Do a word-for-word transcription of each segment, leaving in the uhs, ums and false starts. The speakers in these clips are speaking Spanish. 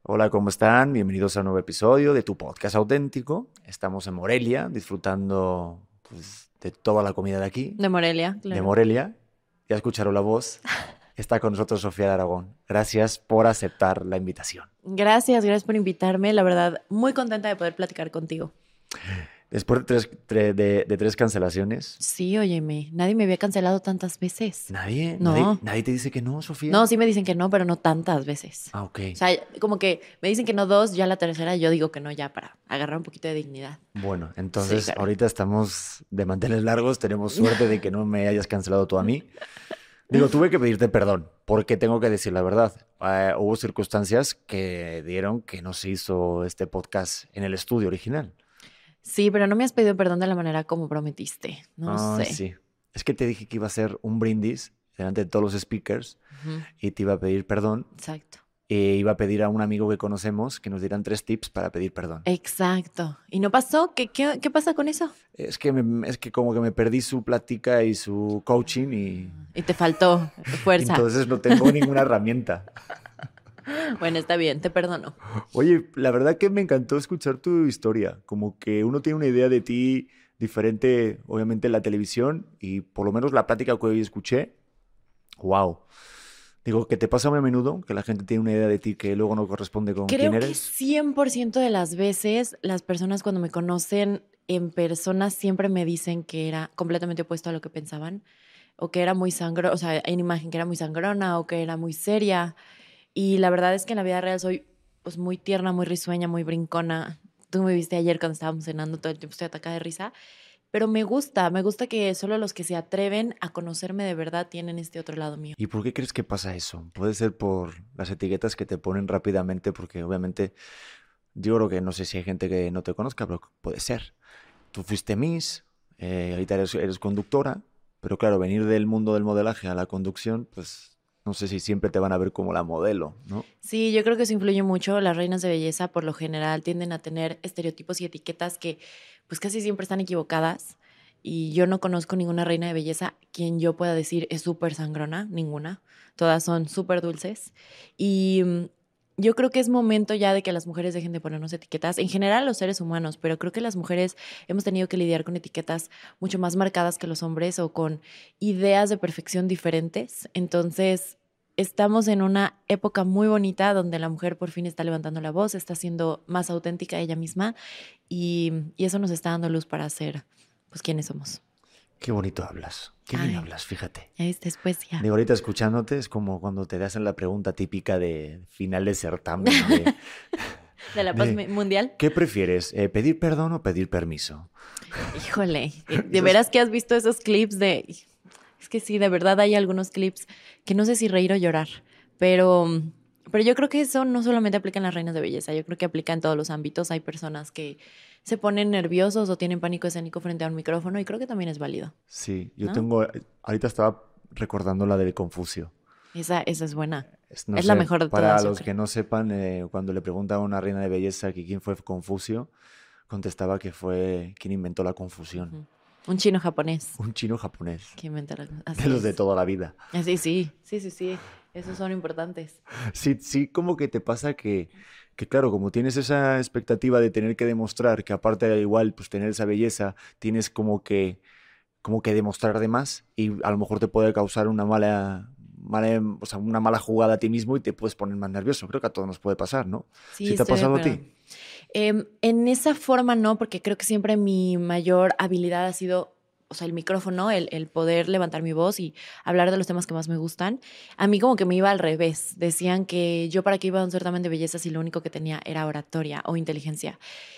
Hola, ¿cómo están? Bienvenidos a un nuevo episodio de tu podcast auténtico. Estamos en Morelia, disfrutando pues, de toda la comida de aquí, De Morelia, de claro. Morelia. Ya escucharon la voz. Está con nosotros Sofía de Aragón. Gracias por aceptar la invitación. Gracias, gracias por invitarme. La verdad, muy contenta de poder platicar contigo. Después de tres, tre- de- de tres cancelaciones, Sí, óyeme, nadie me había cancelado tantas veces. nadie, nadie, No, nadie te dice que no, Sofía. no, sí me dicen que no, pero no tantas veces. Ah, ok. O sea, como que me dicen que no dos, ya la tercera yo digo que no ya para agarrar un poquito de dignidad. Bueno, Sí, entonces caray. ahorita estamos de manteles largos. Tenemos suerte de que no me hayas cancelado tú a mí. Digo, tuve que pedirte perdón, porque tengo que decir la verdad. Eh, hubo circunstancias que dieron que no se hizo este podcast en el estudio original. Sí, pero no me has pedido perdón de la manera como prometiste. No Ay, sé. sí. Es que te dije que iba a hacer un brindis delante de todos los speakers Ujú, y te iba a pedir perdón. exacto. E iba a pedir a un amigo que conocemos que nos dieran tres tips para pedir perdón. Exacto. ¿Y no pasó? ¿Qué, qué, qué pasa con eso? Es que, me- es que como que me perdí su plática y su coaching y, Ah, y te faltó y fuerza. entonces no tengo ninguna herramienta. Bueno, está bien, te perdono. Oye, la verdad que me encantó escuchar tu historia, como que uno tiene una idea de ti diferente, obviamente, en la televisión y por lo menos la plática que hoy escuché, wow. Digo, que te pasa muy a menudo, que la gente tiene una idea de ti que luego no corresponde con quién Creo que eres. cien por ciento de las veces las personas cuando me conocen en persona siempre me dicen que era completamente opuesto a lo que pensaban o que era muy sangrona, o sea, hay una imagen que era muy sangrona o que era muy seria. Y la verdad es que en la vida real soy pues muy tierna, muy risueña, muy brincona. Tú me viste ayer cuando estábamos cenando, todo el tiempo estoy atacada de risa. Pero me gusta, me gusta que solo los que se atreven a conocerme de verdad tienen este otro lado mío. ¿Y por qué crees que pasa eso? Puede ser por las etiquetas que te ponen rápidamente, porque obviamente yo creo que no sé si hay gente que no te conozca, pero puede ser. Tú fuiste Miss, eh, ahorita eres, eres conductora, pero claro, venir del mundo del modelaje a la conducción, pues no sé si siempre te van a ver como la modelo, ¿no? Sí, yo creo que eso influye mucho. Las reinas de belleza, por lo general, tienden a tener estereotipos y etiquetas que, pues, casi siempre están equivocadas. Y yo no conozco ninguna reina de belleza quien yo pueda decir es súper sangrona, ninguna. Todas son súper dulces. Y mm, yo creo que es momento ya de que las mujeres dejen de ponernos etiquetas. En general, los seres humanos, pero creo que las mujeres hemos tenido que lidiar con etiquetas mucho más marcadas que los hombres o con ideas de perfección diferentes. Entonces, estamos en una época muy bonita donde la mujer por fin está levantando la voz, está siendo más auténtica ella misma y, y eso nos está dando luz para ser, pues, quienes somos. Qué bonito hablas, qué bien Ay, hablas, fíjate. es después ya. Digo, ahorita escuchándote es como cuando te hacen la pregunta típica de final de certamen, de, De la paz de mi- mundial. ¿qué prefieres? Eh, ¿pedir perdón o pedir permiso? Híjole, eh, de Eso es, veras que has visto esos clips de... Es que sí, de verdad hay algunos clips que no sé si reír o llorar, pero, pero yo creo que eso no solamente aplica en las reinas de belleza, yo creo que aplica en todos los ámbitos. Hay personas que se ponen nerviosos o tienen pánico escénico frente a un micrófono y creo que también es válido, sí, yo ¿no? tengo, ahorita estaba recordando la del Confucio. Esa, esa es buena. Es- no Es la sé, mejor de para todas, yo los que creo. no sepan, eh, cuando le pregunta a una reina de belleza que quién fue Confucio, contestaba que fue quien inventó la confusión. Ujú. Un chino japonés Un chino japonés, que inventa la... de Así los de es. toda la vida. Así sí, sí, sí, sí. Esos son importantes. Sí, sí, como que te pasa que, que, claro, como tienes esa expectativa de tener que demostrar que aparte de igual, pues tener esa belleza, tienes como que, como que demostrar de más y a lo mejor te puede causar una mala, mala, o sea, una mala jugada a ti mismo y te puedes poner más nervioso. Creo que a todos nos puede pasar, ¿no? Sí, ¿Sí te ha estoy de pasado a acuerdo. ti? Em, en esa forma no, porque creo que siempre mi mayor habilidad ha sido, o sea, el micrófono, el, el poder levantar mi voz y hablar de los temas que más me gustan. A mí como que me iba al revés. Decían que yo para qué iba a un certamen de belleza si lo único que tenía era oratoria o inteligencia.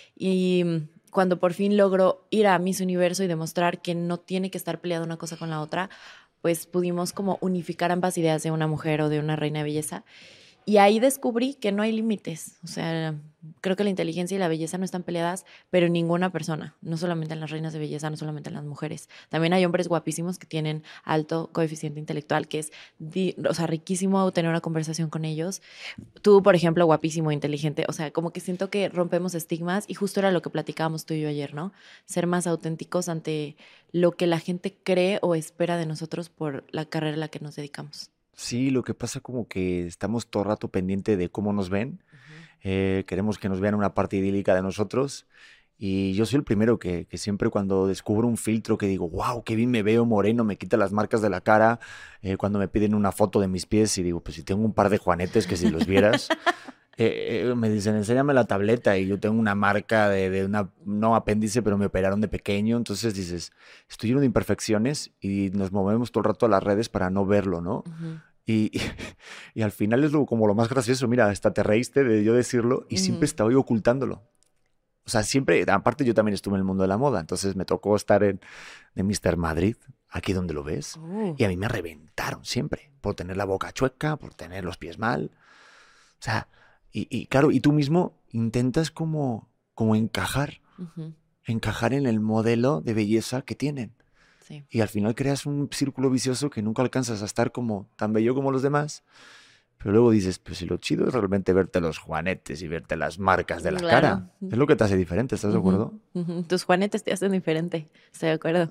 Y mm, cuando por fin logro ir a Miss Universo y demostrar que no tiene que estar peleada una cosa con la otra, pues pudimos como unificar ambas ideas de una mujer o de una reina de belleza. Y ahí descubrí que no hay límites. O sea, creo que la inteligencia y la belleza no están peleadas, pero en ninguna persona, no solamente en las reinas de belleza, no solamente en las mujeres. También hay hombres guapísimos que tienen alto coeficiente intelectual, que es, di- o sea, riquísimo tener una conversación con ellos. Tú, por ejemplo, guapísimo, inteligente. O sea, como que siento que rompemos estigmas y justo era lo que platicábamos tú y yo ayer, ¿no? Ser más auténticos ante lo que la gente cree o espera de nosotros por la carrera a la que nos dedicamos. Sí, lo que pasa como que estamos todo el rato pendiente de cómo nos ven. Ujú. eh, queremos que nos vean una parte idílica de nosotros. Y yo soy el primero que, que siempre cuando descubro un filtro que digo, wow, qué bien me veo moreno, me quita las marcas de la cara, eh, cuando me piden una foto de mis pies y digo, pues si tengo un par de juanetes que si los vieras, eh, eh, me dicen, enséñame la tableta y yo tengo una marca de, de una, no apéndice, pero me operaron de pequeño, entonces dices, estoy lleno de imperfecciones y nos movemos todo el rato a las redes para no verlo, ¿no? Ujú. Y, y, y al final es lo, como lo más gracioso, mira, hasta te reíste de yo decirlo y siempre Ujú. estaba ocultándolo. O sea, siempre, aparte yo también estuve en el mundo de la moda, entonces me tocó estar en de míster Madrid, aquí donde lo ves, Oh. y a mí me reventaron siempre, por tener la boca chueca, por tener los pies mal. O sea, y, y claro, y tú mismo intentas como, como encajar, Ujú. encajar en el modelo de belleza que tienen. Sí. Y al final creas un círculo vicioso que nunca alcanzas a estar como tan bello como los demás. Pero luego dices, pues si lo chido es realmente verte los juanetes y verte las marcas de la Claro. cara. Es lo que te hace diferente, ¿estás de Ujú, acuerdo? ujú. Tus juanetes te hacen diferente. Estoy de acuerdo.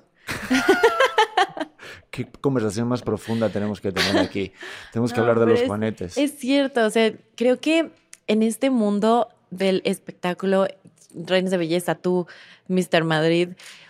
¿Qué conversación más profunda tenemos que tener aquí? Tenemos que No, hablar de pero los es, juanetes. es cierto. O sea, creo que en este mundo del espectáculo, reinas de belleza, tú, míster Madrid,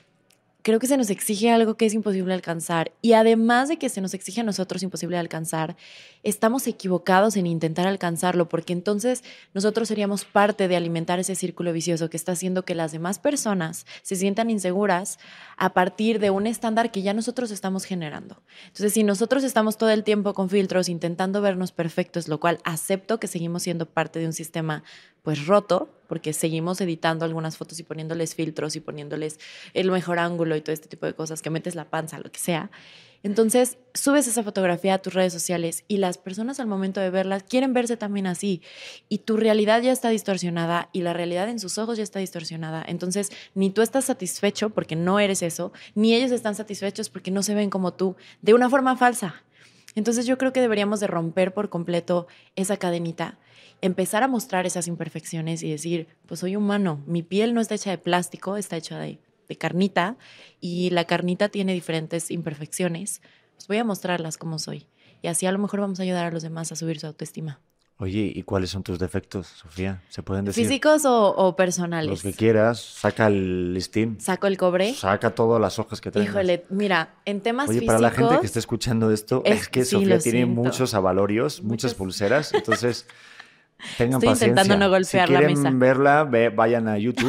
creo que se nos exige algo que es imposible alcanzar. Y además de que se nos exige a nosotros imposible alcanzar, estamos equivocados en intentar alcanzarlo, porque entonces nosotros seríamos parte de alimentar ese círculo vicioso que está haciendo que las demás personas se sientan inseguras a partir de un estándar que ya nosotros estamos generando. Entonces, si nosotros estamos todo el tiempo con filtros intentando vernos perfectos, lo cual acepto que seguimos siendo parte de un sistema pues roto, porque seguimos editando algunas fotos y poniéndoles filtros y poniéndoles el mejor ángulo y todo este tipo de cosas, que metes la panza, lo que sea. Entonces, subes esa fotografía a tus redes sociales y las personas al momento de verlas quieren verse también así. Y tu realidad ya está distorsionada y la realidad en sus ojos ya está distorsionada. Entonces, ni tú estás satisfecho porque no eres eso, ni ellos están satisfechos porque no se ven como tú, de una forma falsa. Entonces, yo creo que deberíamos de romper por completo esa cadenita, empezar a mostrar esas imperfecciones y decir, pues soy humano, mi piel no está hecha de plástico, está hecha de, de carnita y la carnita tiene diferentes imperfecciones, pues voy a mostrarlas como soy. Y así a lo mejor vamos a ayudar a los demás a subir su autoestima. Oye, ¿y cuáles son tus defectos, Sofía? ¿Se pueden decir? ¿Físicos o, o Los personales? que quieras, saca el listín, Saco el cobre. saca todas las hojas que tengas. Híjole, mira, en temas Oye, físicos... para la gente que esté escuchando esto, es- es, que sí, Sofía lo tiene siento. muchos avalorios, muchas Muchos- pulseras, entonces tengan Estoy paciencia. intentando no golpear si la quieren mesa. verla, ve- vayan a YouTube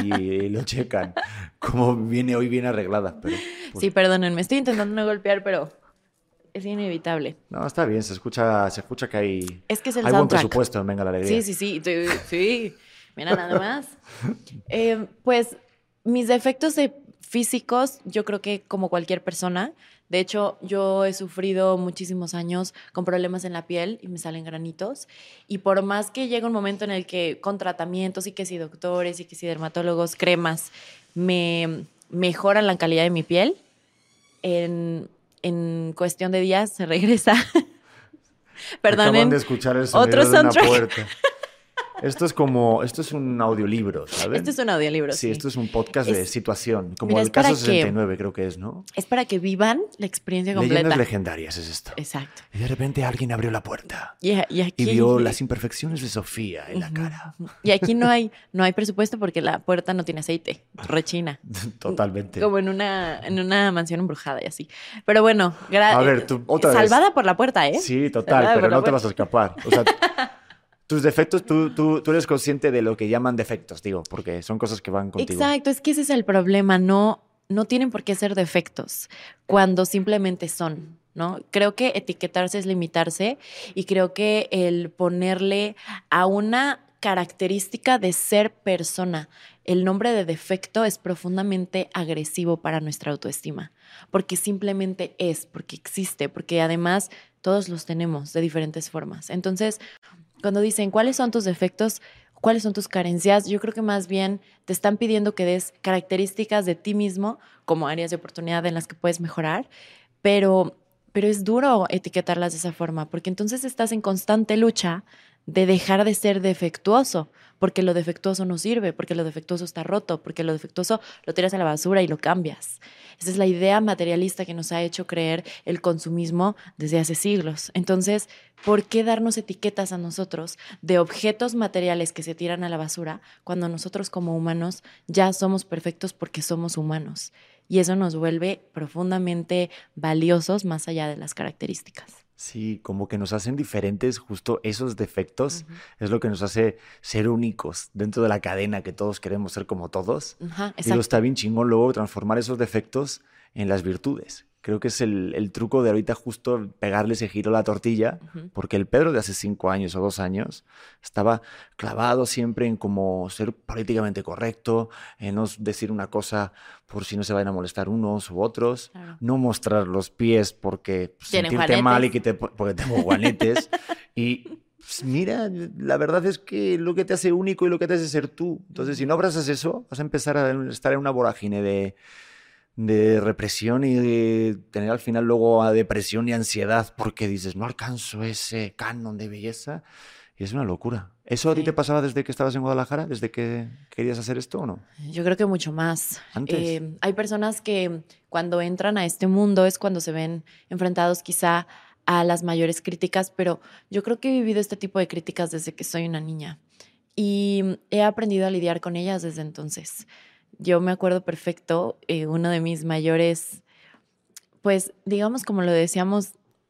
y lo checan. Como viene hoy bien arreglada. Pero, pues, Sí, perdónenme, estoy intentando no golpear, pero es inevitable. no, está bien, se escucha, se escucha que hay, Es que es el hay buen soundtrack. presupuesto en Venga la Alegría. Sí, sí, sí, sí, sí. Mira, nada más. Eh, pues mis defectos de físicos, yo creo que como cualquier persona, de hecho, yo he sufrido muchísimos años con problemas en la piel y me salen granitos. Y por más que llega un momento en el que con tratamientos y que si doctores y que si dermatólogos, cremas, me mejoran la calidad de mi piel, en, en cuestión de días se regresa. Acaban Perdonen, de escuchar el sonido otro de una soundtrack. puerta. Esto es como, esto es un audiolibro, ¿sabes? Este es un audiolibro, Sí, sí. esto es un podcast de Es- situación, como mira, el es para caso que- sesenta y nueve creo que es, ¿no? Es para que vivan la experiencia completa. Leyendas legendarias es esto. Exacto. Y de repente alguien abrió la puerta Y, y aquí, y vio las imperfecciones de Sofía en la Ujú, cara. ujú. Y aquí no hay, no hay presupuesto porque la puerta no tiene aceite, rechina. Totalmente. Como en una, en una mansión embrujada y así. Pero bueno, gra- A ver, tú, otra vez. salvada por la puerta, ¿eh? Sí, total, Salvada pero por la no te puerta. vas a escapar. O sea, tus defectos, tú, tú, tú eres consciente de lo que llaman defectos, digo, porque son cosas que van contigo. Exacto, es que ese es el problema, no, no tienen por qué ser defectos cuando simplemente son, ¿no? Creo que etiquetarse es limitarse y creo que el ponerle a una característica de ser persona el nombre de defecto es profundamente agresivo para nuestra autoestima, porque simplemente es, porque existe, porque además todos los tenemos de diferentes formas. Entonces, cuando dicen, ¿cuáles son tus defectos? ¿Cuáles son tus carencias? Yo creo que más bien te están pidiendo que des características de ti mismo como áreas de oportunidad en las que puedes mejorar, pero, pero es duro etiquetarlas de esa forma, porque entonces estás en constante lucha de dejar de ser defectuoso, porque lo defectuoso no sirve, porque lo defectuoso está roto, porque lo defectuoso lo tiras a la basura y lo cambias. Esa es la idea materialista que nos ha hecho creer el consumismo desde hace siglos. Entonces, ¿por qué darnos etiquetas a nosotros de objetos materiales que se tiran a la basura cuando nosotros como humanos ya somos perfectos porque somos humanos? Y eso nos vuelve profundamente valiosos más allá de las características. Sí, como que nos hacen diferentes, justo esos defectos Uh-huh. es lo que nos hace ser únicos dentro de la cadena que todos queremos ser como todos. Ajá, Digo, está exacto. bien chingón luego transformar esos defectos en las virtudes. Creo que es el, el truco de ahorita justo pegarle ese giro a la tortilla, Uh-huh. porque el Pedro de hace cinco años o dos años estaba clavado siempre en como ser políticamente correcto, en no decir una cosa por si no se vayan a molestar unos u otros, Claro. no mostrar los pies porque pues, Tienen sentirte mal y juanetes. que te, porque tengo guanetes. Y pues, mira, la verdad es que lo que te hace único y lo que te hace ser tú. Entonces, si no abrazas eso, vas a empezar a estar en una vorágine de de represión y de tener al final luego a depresión y ansiedad porque dices, no alcanzo ese canon de belleza. Y es una locura. ¿Eso a ti te Sí. pasaba desde que estabas en Guadalajara? ¿Desde que querías hacer esto o no? Yo creo que mucho más. Antes. Eh, hay personas que cuando entran a este mundo es cuando se ven enfrentados quizá a las mayores críticas, pero yo creo que he vivido este tipo de críticas desde que soy una niña y he aprendido a lidiar con ellas desde entonces. Yo me acuerdo perfecto, eh, uno de mis mayores, pues digamos como lo decíamos,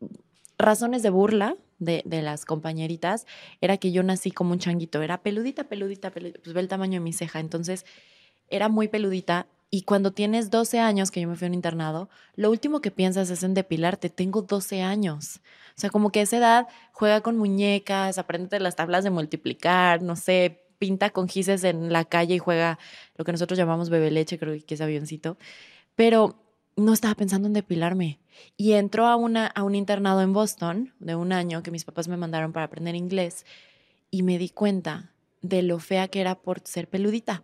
razones de burla de, de las compañeritas era que yo nací como un changuito, era peludita, peludita, peludita, pues ve el tamaño de mi ceja, entonces era muy peludita y cuando tienes doce años, que yo me fui a un internado, lo último que piensas es en depilarte, tengo doce años, o sea, como que a esa edad juega con muñecas, aprende las tablas de multiplicar, no sé, pinta con gises en la calle y juega lo que nosotros llamamos bebe leche, creo que es avioncito, pero no estaba pensando en depilarme. Y entró a, una, a un internado en Boston de un año que mis papás me mandaron para aprender inglés y me di cuenta de lo fea que era por ser peludita.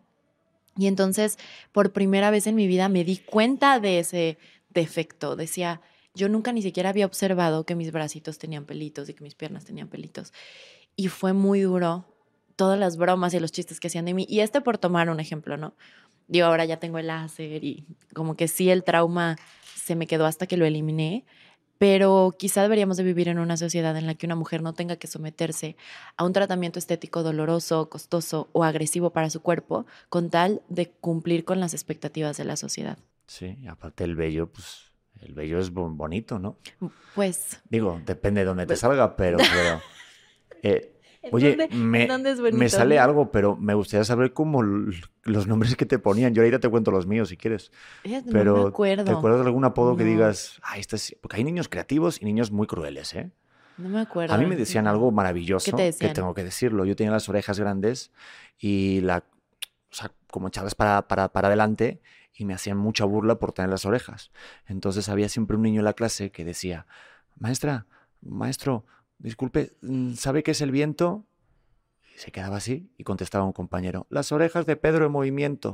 Y entonces, por primera vez en mi vida, me di cuenta de ese defecto. Decía, yo nunca ni siquiera había observado que mis bracitos tenían pelitos y que mis piernas tenían pelitos. Y fue muy duro todas las bromas y los chistes que hacían de mí. Y este por tomar un ejemplo, ¿no? Digo, ahora ya tengo el láser y como que sí el trauma se me quedó hasta que lo eliminé, pero quizá deberíamos de vivir en una sociedad en la que una mujer no tenga que someterse a un tratamiento estético doloroso, costoso o agresivo para su cuerpo con tal de cumplir con las expectativas de la sociedad. Sí, y aparte el vello, pues el vello es bon- bonito, ¿no? Pues, Digo, depende de dónde te pues salga, pero... pero eh, ¿en Oye, dónde, me, ¿en dónde es me bonito? sale algo, pero me gustaría saber cómo l- los nombres que te ponían. Yo ahorita te cuento los míos si quieres. Fíjate, no me Pero, ¿te acuerdo. acuerdas de algún apodo que No, digas, ah, este es... Porque hay niños creativos y niños muy crueles, ¿eh? no me A acuerdo. mí me decían algo ¿Qué te maravilloso, que decían? tengo que decirlo. Yo tenía las orejas grandes y la, o sea, como echadas para, para, para adelante y me hacían mucha burla por tener las orejas. Entonces había siempre un niño en la clase que decía, maestra, maestro, disculpe, ¿sabe qué es el viento? Y se quedaba así y contestaba un compañero, las orejas de Pedro en movimiento.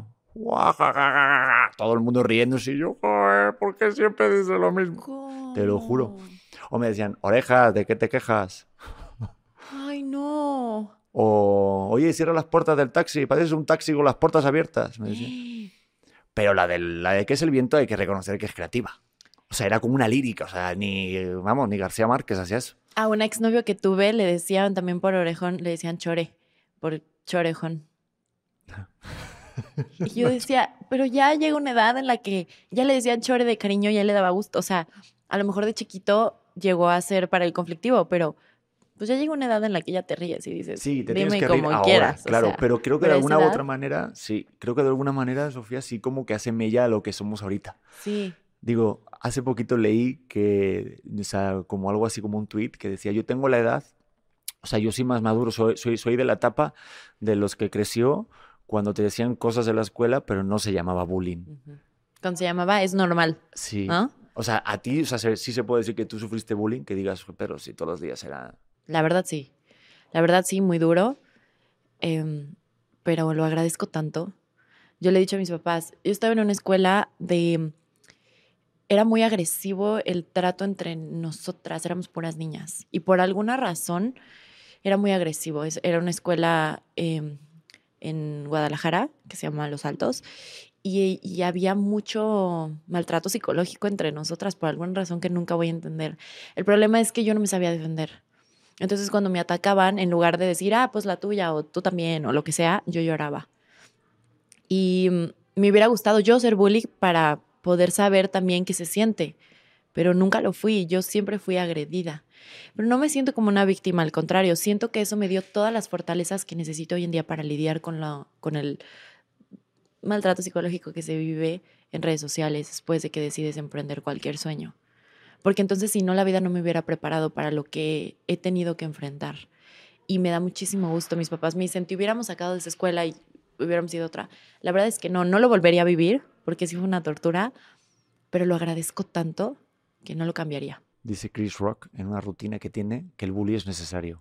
Todo el mundo riéndose y yo, joder, ¿por qué siempre dice lo mismo? Te lo juro. ¿Cómo? O me decían, orejas, ¿de qué te quejas? Ay, no. O, oye, cierra las puertas del taxi, pareces un taxi con las puertas abiertas, me decían. Pero la de, la de qué es el viento hay que reconocer que es creativa. O sea, era como una lírica, o sea, ni, vamos, ni García Márquez hacía eso. A un exnovio que tuve le decían también por orejón, le decían chore, por chorejón. Y yo decía, pero ya llega una edad en la que ya le decían chore de cariño, ya le daba gusto. O sea, a lo mejor de chiquito llegó a ser para el conflictivo, pero pues ya llega una edad en la que ya te ríes y dices, Sí, te tienes dime que reír como ahora, quieras. claro, O sea, pero creo que de pero a esa alguna u edad, otra manera, sí, creo que de alguna manera, Sofía, sí como que hace mella a lo que somos ahorita. sí. Digo, hace poquito leí que, o sea, como algo así como un tuit que decía, yo tengo la edad, o sea, yo soy más maduro, soy, soy, soy de la etapa de los que creció cuando te decían cosas de la escuela, pero no se llamaba bullying. Ujú. Cuando se llamaba es normal, Sí. ¿no? O sea, a ti, o sea, se- sí se puede decir que tú sufriste bullying, que digas, pero si todos los días era... La verdad sí. La verdad sí, muy duro. Em, pero lo agradezco tanto. Yo le he dicho a mis papás, yo estaba en una escuela de... Era muy agresivo el trato entre nosotras, éramos puras niñas. Y por alguna razón era muy agresivo. Es- Era una escuela eh, en Guadalajara, que se llama Los Altos, y, y había mucho maltrato psicológico entre nosotras por alguna razón que nunca voy a entender. El problema es que yo no me sabía defender. Entonces, cuando me atacaban, en lugar de decir, ah, pues la tuya, o tú también, o lo que sea, yo lloraba. Y mm, me hubiera gustado yo ser bully para poder saber también qué se siente, pero nunca lo fui. Yo siempre fui agredida. Pero no me siento como una víctima, al contrario, siento que eso me dio todas las fortalezas que necesito hoy en día para lidiar con, la, con el maltrato psicológico que se vive en redes sociales después de que decides emprender cualquier sueño. Porque entonces, si no, la vida no me hubiera preparado para lo que he tenido que enfrentar. Y me da muchísimo gusto. Mis papás me dicen, te hubiéramos sacado de esa escuela y hubiéramos sido otra. La verdad es que no, no lo volvería a vivir porque sí fue una tortura, pero lo agradezco tanto que no lo cambiaría. Dice Chris Rock en una rutina que tiene que el bullying es necesario.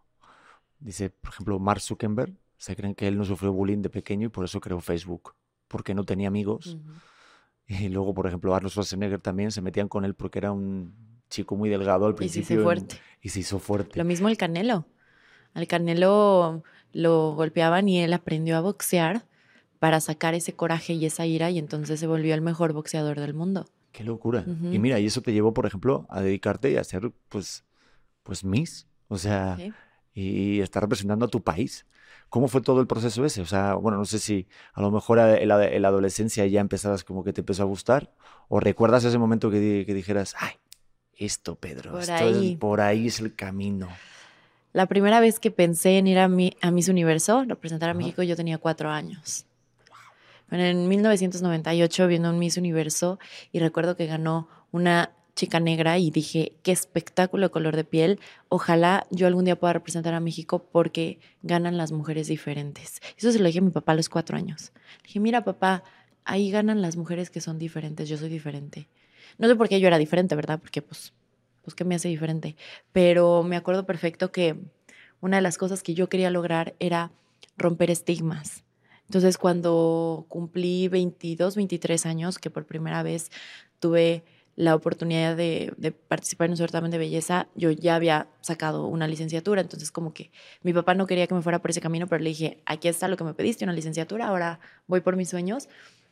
Dice, por ejemplo, Mark Zuckerberg, se creen que él no sufrió bullying de pequeño y por eso creó Facebook, porque no tenía amigos. Uh-huh. Y luego, por ejemplo, Arnold Schwarzenegger también se metían con él porque era un chico muy delgado al Y se hizo principio. fuerte. En, y se hizo fuerte. Lo mismo el Canelo. Al Canelo lo golpeaban y él aprendió a boxear para sacar ese coraje y esa ira y entonces se volvió el mejor boxeador del mundo. Qué locura. Uh-huh. Y mira, y eso te llevó, por ejemplo, a dedicarte y a ser, pues, pues Miss. O sea, Sí. y estar representando a tu país. ¿Cómo fue todo el proceso ese? O sea, bueno, no sé si a lo mejor en la, en la adolescencia ya empezabas como que te empezó a gustar, o recuerdas ese momento que, di- que dijeras, ay, esto, Pedro, Por esto ahí. es, por ahí es el camino. La primera vez que pensé en ir a, mi, a Miss Universo, representar a Ajá. México, yo tenía cuatro años. Bueno, en mil novecientos noventa y ocho viendo un Miss Universo y recuerdo que ganó una chica negra y dije, qué espectáculo de color de piel. Ojalá yo algún día pueda representar a México porque ganan las mujeres diferentes. Eso se lo dije a mi papá a los cuatro años. Le dije, mira papá, ahí ganan las mujeres que son diferentes, yo soy diferente. No sé por qué yo era diferente, ¿verdad? Porque pues, pues ¿qué me hace diferente? Pero me acuerdo perfecto que una de las cosas que yo quería lograr era romper estigmas. Entonces, cuando cumplí veintidós, veintitrés años, que por primera vez tuve la oportunidad de, de participar en un certamen de belleza, yo ya había sacado una licenciatura, entonces como que mi papá no quería que me fuera por ese camino, pero le dije, aquí está lo que me pediste, una licenciatura, ahora voy por mis sueños.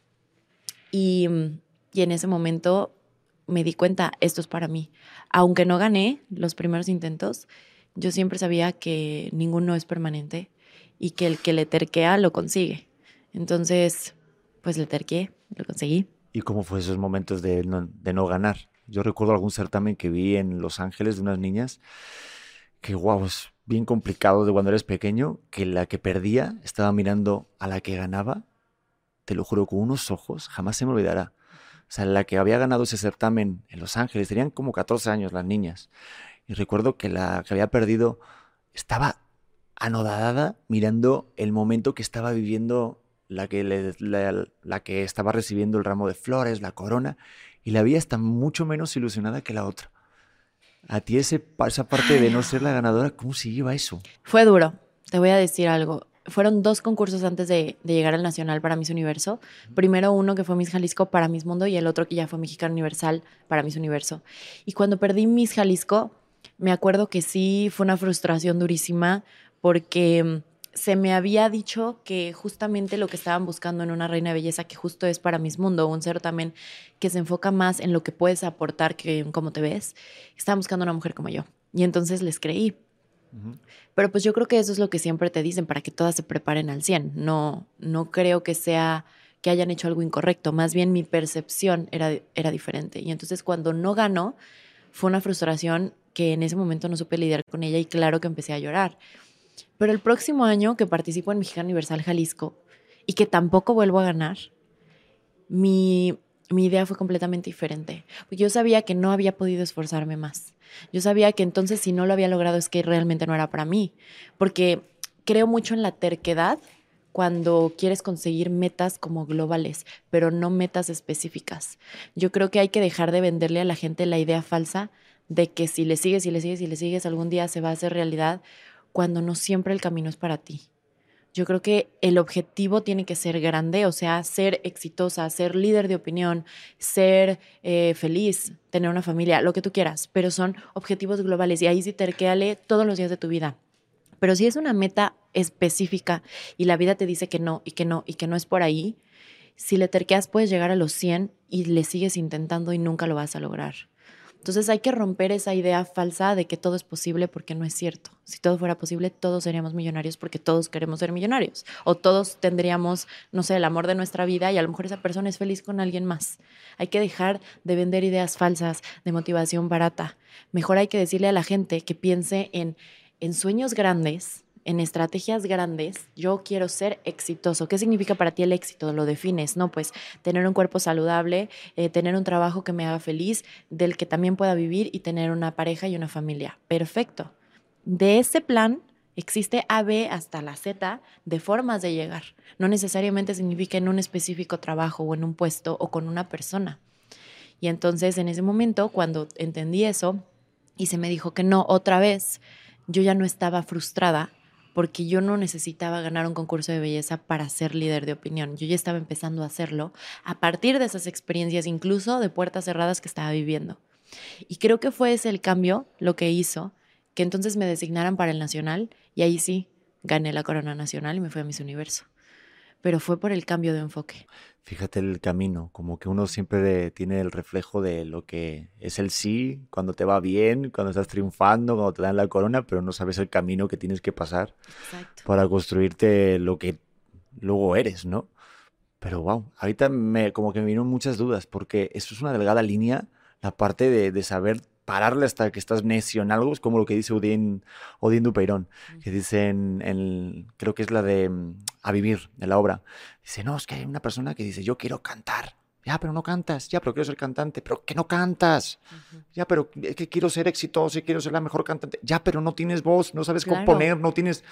Y, y en ese momento me di cuenta, esto es para mí. Aunque no gané los primeros intentos, yo siempre sabía que ninguno es permanente y que el que le terquea lo consigue. Entonces, pues le terqueé, lo conseguí. ¿Y cómo fue esos momentos de no, de no ganar? Yo recuerdo algún certamen que vi en Los Ángeles de unas niñas que, wow, es bien complicado de cuando eres pequeño, que la que perdía estaba mirando a la que ganaba, te lo juro, con unos ojos, jamás se me olvidará. O sea, la que había ganado ese certamen en Los Ángeles, tenían como catorce años las niñas. Y recuerdo que la que había perdido estaba anodada mirando el momento que estaba viviendo la que, le, la, la que estaba recibiendo el ramo de flores, la corona, y la veía hasta mucho menos ilusionada que la otra. A ti ese, esa parte de no ser la ganadora, ¿cómo se lleva eso? Fue duro, te voy a decir algo. Fueron dos concursos antes de, de llegar al Nacional para Miss Universo. Primero uno que fue Miss Jalisco para Miss Mundo y el otro que ya fue Mexicano Universal para Miss Universo. Y cuando perdí Miss Jalisco, me acuerdo que sí fue una frustración durísima porque se me había dicho que justamente lo que estaban buscando en una reina de belleza, que justo es para Miss Mundo, un certamen que se enfoca más en lo que puedes aportar que en cómo te ves, estaban buscando una mujer como yo. Y entonces les creí. Uh-huh. Pero pues yo creo que eso es lo que siempre te dicen, para que todas se preparen al cien. No, no creo que sea que hayan hecho algo incorrecto, más bien mi percepción era, era diferente. Y entonces cuando no ganó, fue una frustración que en ese momento no supe lidiar con ella y claro que empecé a llorar. Pero el próximo año que participo en Mexicano Universal Jalisco y que tampoco vuelvo a ganar, mi, mi idea fue completamente diferente. Porque yo sabía que no había podido esforzarme más. Yo sabía que entonces si no lo había logrado es que realmente no era para mí. Porque creo mucho en la terquedad cuando quieres conseguir metas como globales, pero no metas específicas. Yo creo que hay que dejar de venderle a la gente la idea falsa de que si le sigues, si le sigues, si le sigues, algún día se va a hacer realidad, cuando no siempre el camino es para ti. Yo creo que el objetivo tiene que ser grande, o sea, ser exitosa, ser líder de opinión, ser eh, feliz, tener una familia, lo que tú quieras, pero son objetivos globales y ahí sí terquéale todos los días de tu vida. Pero si es una meta específica y la vida te dice que no y que no y que no es por ahí, si le terqueas puedes llegar a los cien y le sigues intentando y nunca lo vas a lograr. Entonces hay que romper esa idea falsa de que todo es posible porque no es cierto. Si todo fuera posible, todos seríamos millonarios porque todos queremos ser millonarios. O todos tendríamos, no sé, el amor de nuestra vida y a lo mejor esa persona es feliz con alguien más. Hay que dejar de vender ideas falsas de motivación barata. Mejor hay que decirle a la gente que piense en, en sueños grandes, en estrategias grandes. Yo quiero ser exitoso. ¿Qué significa para ti el éxito? Lo defines, ¿no? Pues tener un cuerpo saludable, eh, tener un trabajo que me haga feliz, del que también pueda vivir y tener una pareja y una familia. Perfecto. De ese plan existe A, B hasta la Z de formas de llegar. No necesariamente significa en un específico trabajo o en un puesto o con una persona. Y entonces en ese momento, cuando entendí eso y se me dijo que no otra vez, yo ya no estaba frustrada porque yo no necesitaba ganar un concurso de belleza para ser líder de opinión. Yo ya estaba empezando a hacerlo a partir de esas experiencias, incluso de puertas cerradas que estaba viviendo. Y creo que fue ese el cambio lo que hizo que entonces me designaran para el Nacional y ahí sí gané la corona nacional y me fui a Miss Universo. Pero fue por el cambio de enfoque. Fíjate el camino, como que uno siempre tiene el reflejo de lo que es el sí, cuando te va bien, cuando estás triunfando, cuando te dan la corona, pero no sabes el camino que tienes que pasar Exacto. para construirte lo que luego eres, ¿no? Pero wow, ahorita me, como que me vinieron muchas dudas, porque eso es una delgada línea, la parte de, de saber pararle hasta que estás necio en algo, es como lo que dice Odín, Odín Dupeirón, que dice en, en- creo que es la de mm, A Vivir, de la obra. Dice, no, es que hay una persona que dice, yo quiero cantar. Ya, pero no cantas. Ya, pero quiero ser cantante. Pero que no cantas. Uh-huh. Ya, pero es que quiero ser exitoso y quiero ser la mejor cantante. Ya, pero no tienes voz, no sabes Claro. componer, no tienes...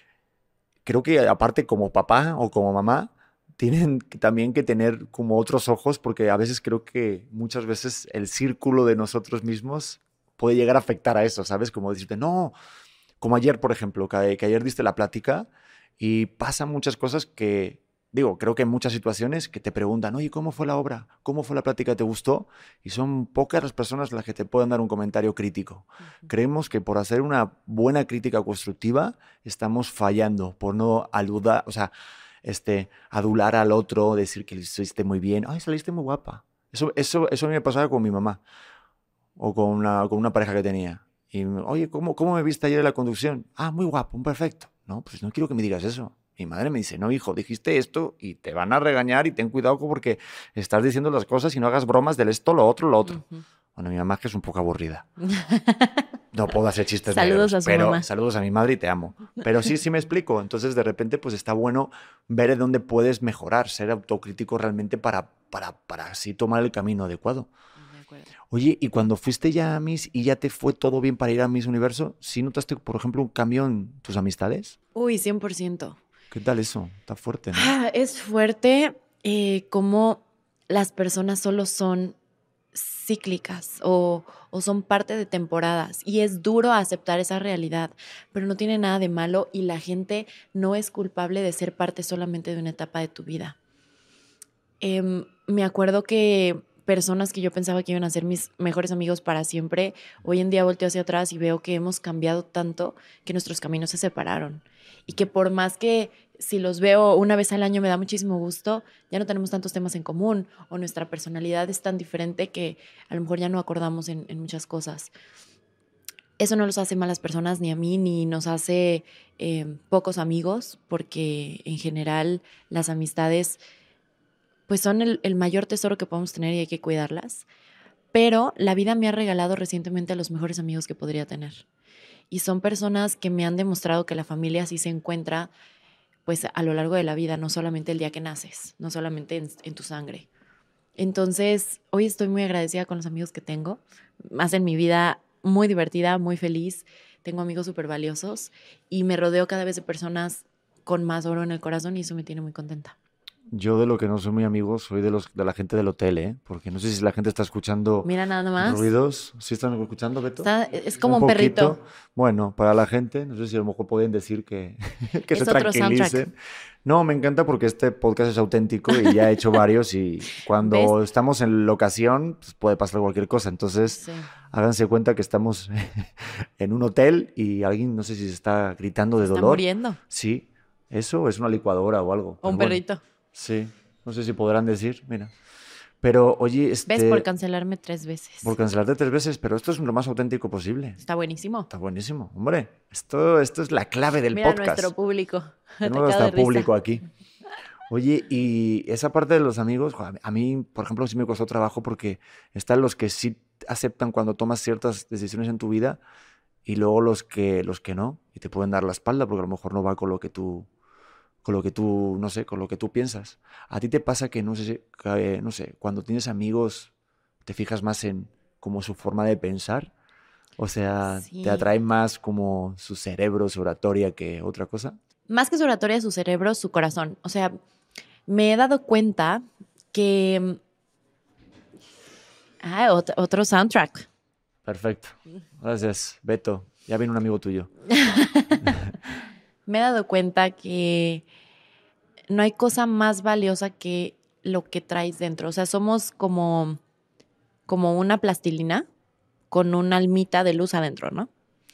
Creo que aparte como papá o como mamá, tienen que- también que tener como otros ojos, porque a veces creo que muchas veces el círculo de nosotros mismos puede llegar a afectar a eso, ¿sabes? Como decirte, no, como ayer, por ejemplo, que, que ayer diste la plática y pasan muchas cosas que, digo, creo que en muchas situaciones que te preguntan, oye, ¿cómo fue la obra? ¿Cómo fue la plática? ¿Te gustó? Y son pocas las personas las que te pueden dar un comentario crítico. Uh-huh. Creemos que por hacer una buena crítica constructiva estamos fallando, por no aludar, o sea, este, adular al otro, decir que lo hiciste muy bien, ay, saliste muy guapa. Eso, eso, eso a mí me pasaba con mi mamá o con una, con una pareja que tenía. Y, oye, ¿cómo, ¿cómo me viste ayer en la conducción? Ah, muy guapo, perfecto. No, pues no quiero que me digas eso. Mi madre me dice, no, hijo, dijiste esto y te van a regañar y ten cuidado porque estás diciendo las cosas y no hagas bromas del esto, lo otro, lo otro. Uh-huh. Bueno, mi mamá que es un poco aburrida. No puedo hacer chistes Saludos negros, a su pero mamá. saludos a mi madre y te amo. Pero sí, sí me explico. Entonces, de repente, pues está bueno ver en dónde puedes mejorar, ser autocrítico realmente para, para, para así tomar el camino adecuado. De acuerdo. Oye, y cuando fuiste ya a Miss y ya te fue todo bien para ir a Miss Universo, ¿sí notaste, por ejemplo, un cambio en tus amistades? Uy, cien por ciento. ¿Qué tal eso? Está fuerte, ¿no? Ah, es fuerte eh, como las personas solo son cíclicas o, o son parte de temporadas y es duro aceptar esa realidad, pero no tiene nada de malo y la gente no es culpable de ser parte solamente de una etapa de tu vida. Eh, me acuerdo que personas que yo pensaba que iban a ser mis mejores amigos para siempre, hoy en día volteo hacia atrás y veo que hemos cambiado tanto que nuestros caminos se separaron y que por más que si los veo una vez al año me da muchísimo gusto, ya no tenemos tantos temas en común o nuestra personalidad es tan diferente que a lo mejor ya no acordamos en, en muchas cosas. Eso no los hace malas personas ni a mí, ni nos hace eh, pocos amigos, porque en general las amistades pues son el, el mayor tesoro que podemos tener y hay que cuidarlas. Pero la vida me ha regalado recientemente a los mejores amigos que podría tener. Y son personas que me han demostrado que la familia sí se encuentra pues a lo largo de la vida, no solamente el día que naces, no solamente en, en tu sangre. Entonces, hoy estoy muy agradecida con los amigos que tengo. Hacen mi vida muy divertida, muy feliz. Tengo amigos súper valiosos y me rodeo cada vez de personas con más oro en el corazón y eso me tiene muy contenta. Yo de lo que no soy muy amigo soy de los de la gente del hotel, ¿eh? Porque no sé si la gente está escuchando Mira nada más. ruidos. ¿Sí están escuchando, Beto? Está, es Un como un poquito. perrito. Bueno, para la gente, no sé si a lo mejor pueden decir que, que se Es otro soundtrack. tranquilicen. No, me encanta porque este podcast es auténtico y ya he hecho varios y cuando ¿Ves? estamos en locación pues puede pasar cualquier cosa. Entonces, Sí. háganse cuenta que estamos en un hotel y alguien, no sé si se está gritando de Está dolor. muriendo. Sí, eso es una licuadora o algo. O Pero un bueno, perrito. sí, no sé si podrán decir, mira. Pero, oye, ¿Ves? Por este, cancelarme tres veces. por cancelarte tres veces, pero esto es lo más auténtico posible. Está buenísimo. Está buenísimo. Hombre, esto, esto es la clave del Mira podcast. nuestro público. Tenemos Atacado hasta de risa. público aquí. Oye, y esa parte de los amigos, jo, a mí- a mí, por ejemplo, sí me costó trabajo porque están los que sí aceptan cuando tomas ciertas decisiones en tu vida y luego los que, los que no, y te pueden dar la espalda porque a lo mejor no va con lo que tú, con lo que tú, no sé, con lo que tú piensas. ¿A ti te pasa que, no sé, si- que, no sé, cuando tienes amigos, te fijas más en como su forma de pensar? O sea, ¿te Sí. atrae más como su cerebro, su oratoria que otra cosa? Más que su oratoria, su cerebro, su corazón. O sea, me he dado cuenta que... Ah, ot- otro soundtrack. Perfecto. Gracias, Beto. Ya viene un amigo tuyo. Me he dado cuenta que no hay cosa más valiosa que lo que traes dentro. O sea, somos como, como una plastilina con una almita de luz adentro, ¿no?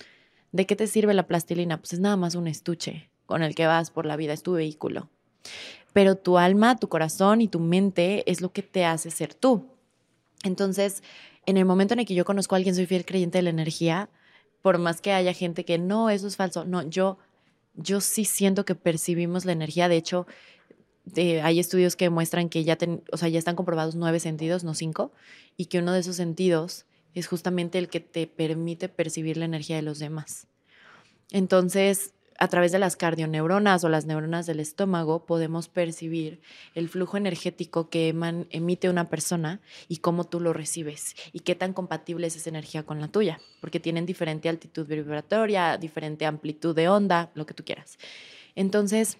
¿De qué te sirve la plastilina? Pues es nada más un estuche con el que vas por la vida, es tu vehículo. Pero tu alma, tu corazón y tu mente es lo que te hace ser tú. Entonces, en el momento en el que yo conozco a alguien, soy fiel creyente de la energía, por más que haya gente que no, eso es falso. No, yo, yo sí siento que percibimos la energía. De hecho, de, hay estudios que muestran que ya, ten, o sea, ya están comprobados nueve sentidos, no cinco, y que uno de esos sentidos es justamente el que te permite percibir la energía de los demás. Entonces, a través de las cardioneuronas o las neuronas del estómago, podemos percibir el flujo energético que eman, emite una persona y cómo tú lo recibes y qué tan compatible es esa energía con la tuya, porque tienen diferente altitud vibratoria, diferente amplitud de onda, lo que tú quieras. Entonces,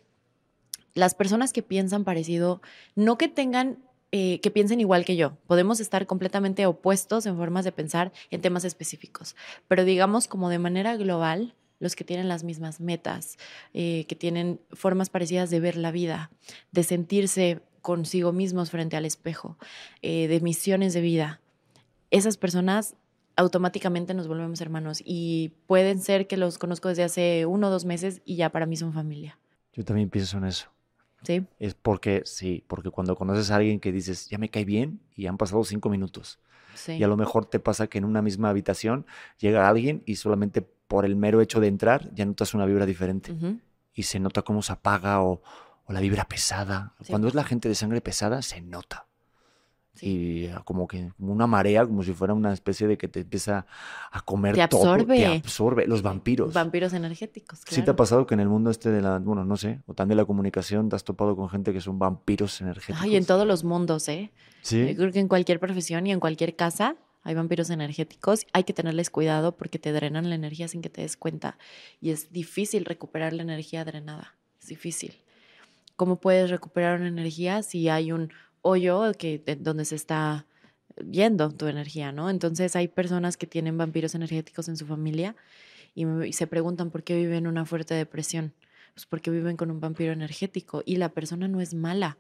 las personas que piensan parecido, no que tengan, eh, que piensen igual que yo. Podemos estar completamente opuestos en formas de pensar en temas específicos, pero digamos como de manera global, los que tienen las mismas metas, eh, que tienen formas parecidas de ver la vida, de sentirse consigo mismos frente al espejo, eh, de misiones de vida, esas personas automáticamente nos volvemos hermanos y pueden ser que los conozco desde hace uno o dos meses y ya para mí son familia. Yo también pienso en eso. ¿Sí? Es porque, sí, porque cuando conoces a alguien que dices, ya me cae bien, y han pasado cinco minutos. Sí. Y a lo mejor te pasa que en una misma habitación llega alguien y solamente por el mero hecho de entrar ya notas una vibra diferente. Uh-huh. Y se nota cómo se apaga o, o la vibra pesada. Sí. Cuando es la gente de sangre pesada, se nota. Sí. Y como que como una marea, como si fuera una especie de que te empieza a comer Te todo. absorbe. Te absorbe. Los vampiros. Vampiros energéticos, claro. ¿Sí te ha pasado que en el mundo este de la, bueno, no sé, o también de la comunicación, te has topado con gente que son vampiros energéticos? Ay, en todos los mundos, ¿eh? Sí. Yo creo que en cualquier profesión y en cualquier casa hay vampiros energéticos. Hay que tenerles cuidado porque te drenan la energía sin que te des cuenta. Y es difícil recuperar la energía drenada. Es difícil. ¿Cómo puedes recuperar una energía si hay un hoyo que, de, donde se está yendo tu energía, ¿no? Entonces hay personas que tienen vampiros energéticos en su familia y, me, y se preguntan por qué viven una fuerte depresión. Pues porque viven con un vampiro energético y la persona no es mala,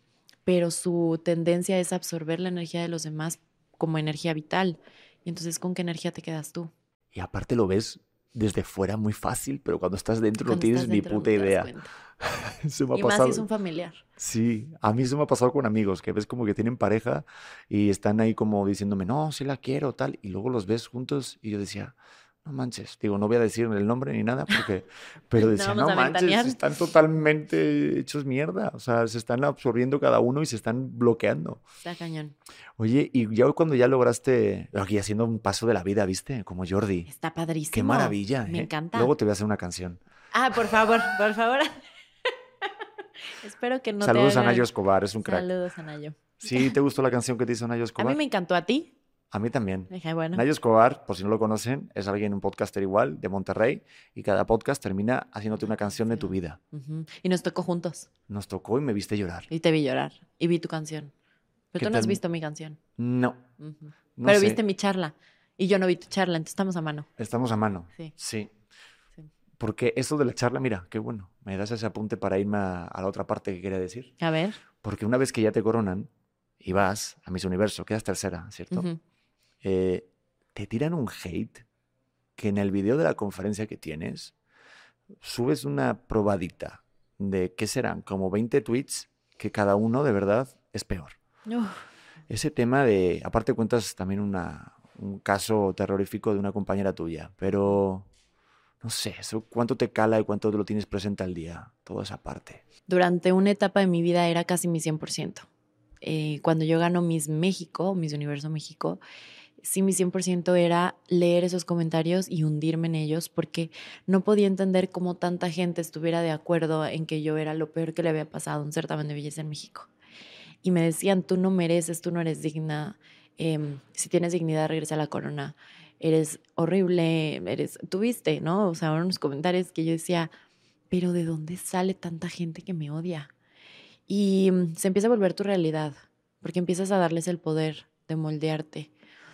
pero su tendencia es absorber la energía de los demás como energía vital. Y entonces, ¿con qué energía te quedas tú? Y aparte lo ves desde fuera muy fácil, pero cuando estás dentro Cuando no tienes estás ni dentro, puta no te das idea. cuenta. Se me ha Y pasado. más si es un familiar. Sí, a mí eso me ha pasado con amigos, que ves como que tienen pareja y están ahí como diciéndome, no, sí la quiero, tal, y luego los ves juntos y yo decía, no manches, digo, no voy a decir el nombre ni nada, porque, pero No decía, vamos no a manches, ventanear. están totalmente hechos mierda, o sea, se están absorbiendo cada uno y se están bloqueando. Está cañón. Oye, y ya cuando ya lograste, aquí haciendo un paso de la vida, ¿viste? Como Jordi. Está padrísimo. Qué maravilla, Me ¿eh? encanta. Luego te voy a hacer una canción. Ah, por favor, por favor. Espero que no Saludos te a hagan... Nayo Escobar, es un crack. Saludos a Nayo. ¿Sí te gustó la canción que te hizo Nayo A Escobar? mí me encantó, ¿a ti? A mí también. Dije, bueno. Nayo Escobar, por si no lo conocen, es alguien, un podcaster igual, de Monterrey, y cada podcast termina haciéndote una canción de tu vida. Uh-huh. Y nos tocó juntos. Nos tocó y me viste llorar. Y te vi llorar. Y vi tu canción. Pero tú no has visto mi canción. No. Uh-huh. no Pero sé. viste mi charla. Y yo no vi tu charla, entonces estamos a mano. Estamos a mano. Sí. Sí. sí. Porque esto de la charla, mira, qué bueno. Me das ese apunte para irme a, a la otra parte que quería decir. A ver. Porque una vez que ya te coronan y vas a Miss Universo, quedas tercera, ¿cierto? Uh-huh. Eh, te tiran un hate que en el video de la conferencia que tienes subes una probadita de, ¿qué serán? Como veinte tweets que cada uno de verdad es peor. Uf. Ese tema de, aparte cuentas también una, un caso terrorífico de una compañera tuya, pero no sé, eso, ¿cuánto te cala y cuánto lo tienes presente al día? Toda esa parte. Durante una etapa de mi vida era casi mi cien por ciento. Eh, cuando yo gano Miss México, Miss Universo México, sí, mi cien por ciento era leer esos comentarios y hundirme en ellos porque no podía entender cómo tanta gente estuviera de acuerdo en que yo era lo peor que le había pasado a un certamen de belleza en México. Y me decían, tú no mereces, tú no eres digna, eh, si tienes dignidad regresa a la corona, eres horrible, eres, tuviste, ¿no? O sea, unos comentarios que yo decía, pero ¿de dónde sale tanta gente que me odia? Y se empieza a volver tu realidad porque empiezas a darles el poder de moldearte.